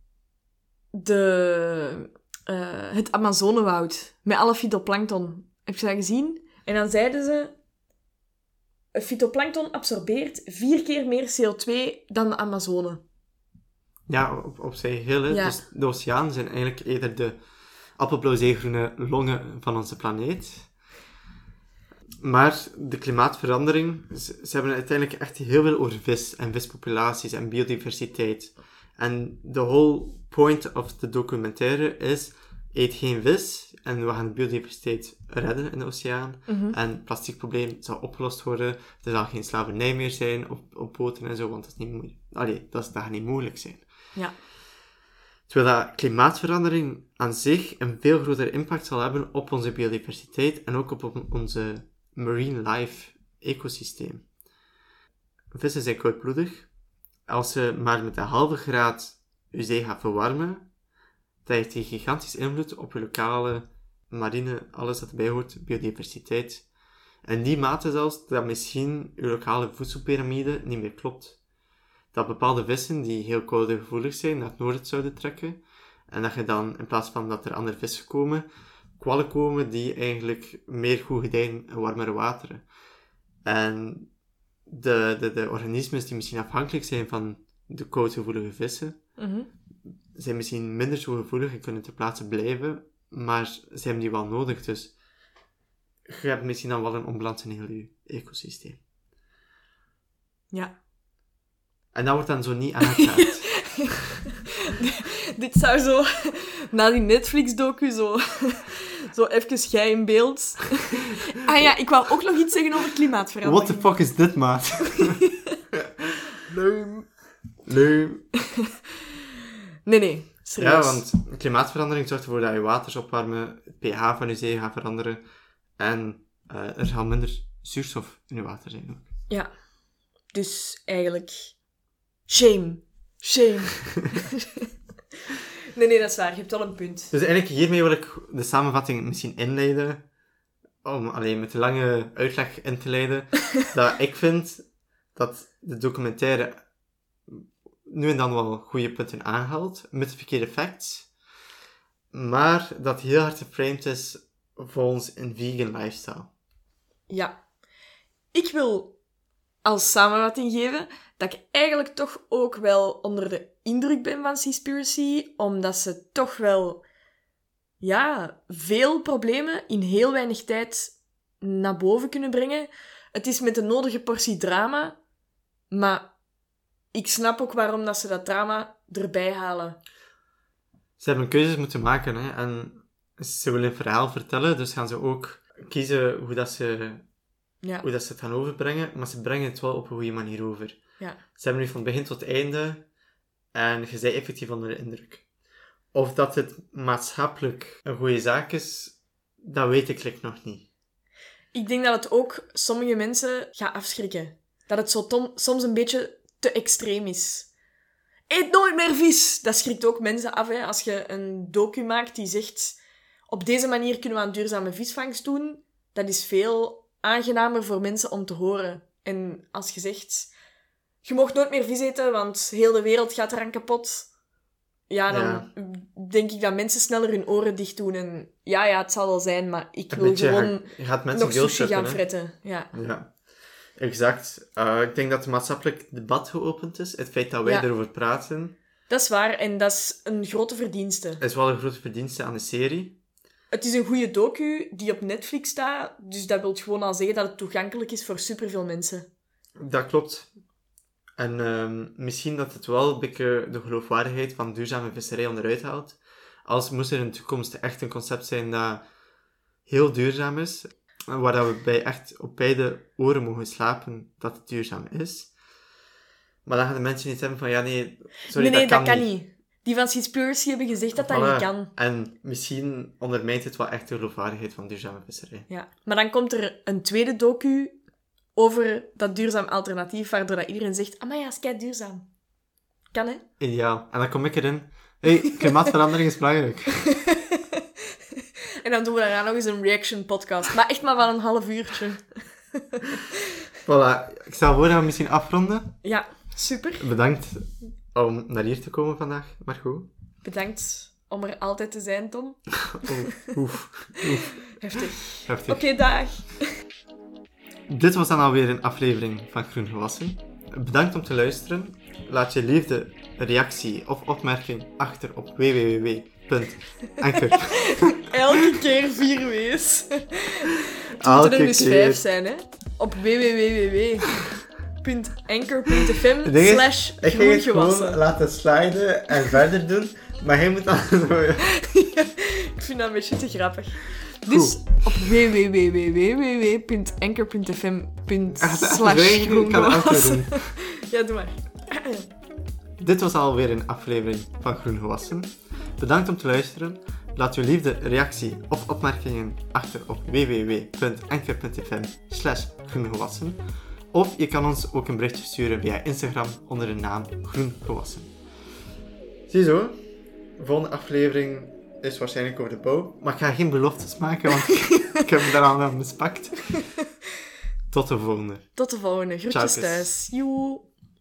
het Amazonewoud met alle fytoplankton. Heb je dat gezien? En dan zeiden ze... Fytoplankton absorbeert 4 keer meer CO2 dan de Amazone. Ja, op zich heel. Hè. Ja. Dus de oceanen zijn eigenlijk eerder de appelblauw-zeegroene longen van onze planeet. Maar de klimaatverandering, ze hebben uiteindelijk echt heel veel over vis en vispopulaties en biodiversiteit. En the whole point of de documentaire is, eet geen vis en we gaan de biodiversiteit redden in de oceaan. En het plasticprobleem zal opgelost worden. Er zal geen slavernij meer zijn op boten en zo, want dat is niet moeilijk. Dat gaat niet mogelijk zijn. Ja. Terwijl dat klimaatverandering aan zich een veel grotere impact zal hebben op onze biodiversiteit en ook op onze marine life ecosysteem. Vissen zijn koudbloedig. Als je maar met 0,5 graad je zee gaat verwarmen, dat heeft een gigantische invloed op je lokale marine, alles dat erbij hoort, biodiversiteit. En die mate zelfs dat misschien je lokale voedselpyramide niet meer klopt. Dat bepaalde vissen die heel koudegevoelig zijn naar het noorden zouden trekken. En dat je dan, in plaats van dat er andere vissen komen, kwallen komen die eigenlijk meer goed gedijen in warmere wateren. En de organismen die misschien afhankelijk zijn van de koudgevoelige vissen, zijn misschien minder zo gevoelig en kunnen ter plaatse blijven, maar ze hebben die wel nodig. Dus je hebt misschien dan wel een onbalans in heel je ecosysteem. Ja. En dat wordt dan zo niet aangekaart. Dit zou zo... Na die Netflix-docu zo even jij in beeld. Ah ja, ik wou ook nog iets zeggen over klimaatverandering. What the fuck is dit, maat? Leuk. Nee, serieus. Ja, want klimaatverandering zorgt ervoor dat je waters opwarmen, het pH van je zee gaat veranderen en er zal minder zuurstof in je water zijn ook. Ja. Dus eigenlijk... Shame. Nee, dat is waar. Je hebt wel een punt. Dus eigenlijk hiermee wil ik de samenvatting misschien inleiden, om alleen met de lange uitleg in te leiden, dat ik vind dat de documentaire nu en dan wel goede punten aanhaalt, met de verkeerde facts, maar dat heel hard geframed is volgens een vegan lifestyle. Ja. Ik wil als samenvatting geven dat ik eigenlijk toch ook wel onder de indruk ben van Seaspiracy, omdat ze toch wel, veel problemen in heel weinig tijd naar boven kunnen brengen. Het is met de nodige portie drama, maar ik snap ook waarom dat ze dat drama erbij halen. Ze hebben keuzes moeten maken, hè, en ze willen een verhaal vertellen, dus gaan ze ook kiezen hoe dat ze het gaan overbrengen, maar ze brengen het wel op een goede manier over. Ja. Ze hebben nu van begin tot einde en je bent effectief onder de indruk. Of dat het maatschappelijk een goede zaak is, dat weet ik nog niet. Ik denk dat het ook sommige mensen gaat afschrikken. Dat het zo soms een beetje te extreem is. Eet nooit meer vis! Dat schrikt ook mensen af, hè. Als je een docu maakt die zegt... Op deze manier kunnen we aan duurzame visvangst doen. Dat is veel aangenamer voor mensen om te horen. En als je zegt... Je mag nooit meer vis eten, want heel de wereld gaat eraan kapot. Ja, dan denk ik dat mensen sneller hun oren dicht doen. En ja, het zal wel zijn, maar ik wil gewoon je gaat mensen nog sushi gaan hè? fretten. Ja. Exact. Ik denk dat het maatschappelijk debat geopend is. Het feit dat wij erover praten... Dat is waar, en dat is een grote verdienste. Is wel een grote verdienste aan de serie. Het is een goede docu die op Netflix staat, dus dat wil gewoon al zeggen dat het toegankelijk is voor superveel mensen. Dat klopt. En misschien dat het wel een beetje de geloofwaardigheid van duurzame visserij onderuit haalt. Als moest er in de toekomst echt een concept zijn dat heel duurzaam is, waar dat we bij echt op beide oren mogen slapen dat het duurzaam is. Maar dan gaan de mensen niet hebben van, sorry, dat kan niet. Die van Seaspiracy hebben gezegd dat dat niet kan. En misschien ondermijnt het wel echt de geloofwaardigheid van duurzame visserij. Ja, maar dan komt er een tweede docu over dat duurzaam alternatief, waardoor dat iedereen zegt, amai, ja, is kei duurzaam. Kan, hè? Ideaal. En dan kom ik erin. Klimaatverandering is belangrijk. En dan doen we daarna nog eens een reaction podcast. Maar echt maar van een half uurtje. Voilà. Ik stel voor dat we misschien afronden. Ja, super. Bedankt om naar hier te komen vandaag, Margot. Bedankt om er altijd te zijn, Tom. Oef. Heftig. Heftig. Oké, dag. Dit was dan alweer een aflevering van Groen Gewassen. Bedankt om te luisteren. Laat je liefde, reactie of opmerking achter op www.anker. Elke keer 4 W's. Het moeten Elke er dus keer. 5 zijn, hè. Op www.anchor.fm/groengewassen. Ik ging het gewoon laten sliden en verder doen, maar hij moet dan zo... Ik vind dat een beetje te grappig. Dus op www.anchor.fm/groengewassen. Ja, doe maar. Dit was alweer een aflevering van Groen Gewassen. Bedankt om te luisteren. Laat uw liefde, reactie of opmerkingen achter op www.anker.fm/groengewassen. Of je kan ons ook een berichtje sturen via Instagram onder de naam Groen Gewassen. Ziezo, de volgende aflevering is waarschijnlijk over de bouw. Maar ik ga geen beloftes maken, want ik heb me daar al aan mispakt. Tot de volgende. Tot de volgende. Groetjes Ciao, thuis. Joe.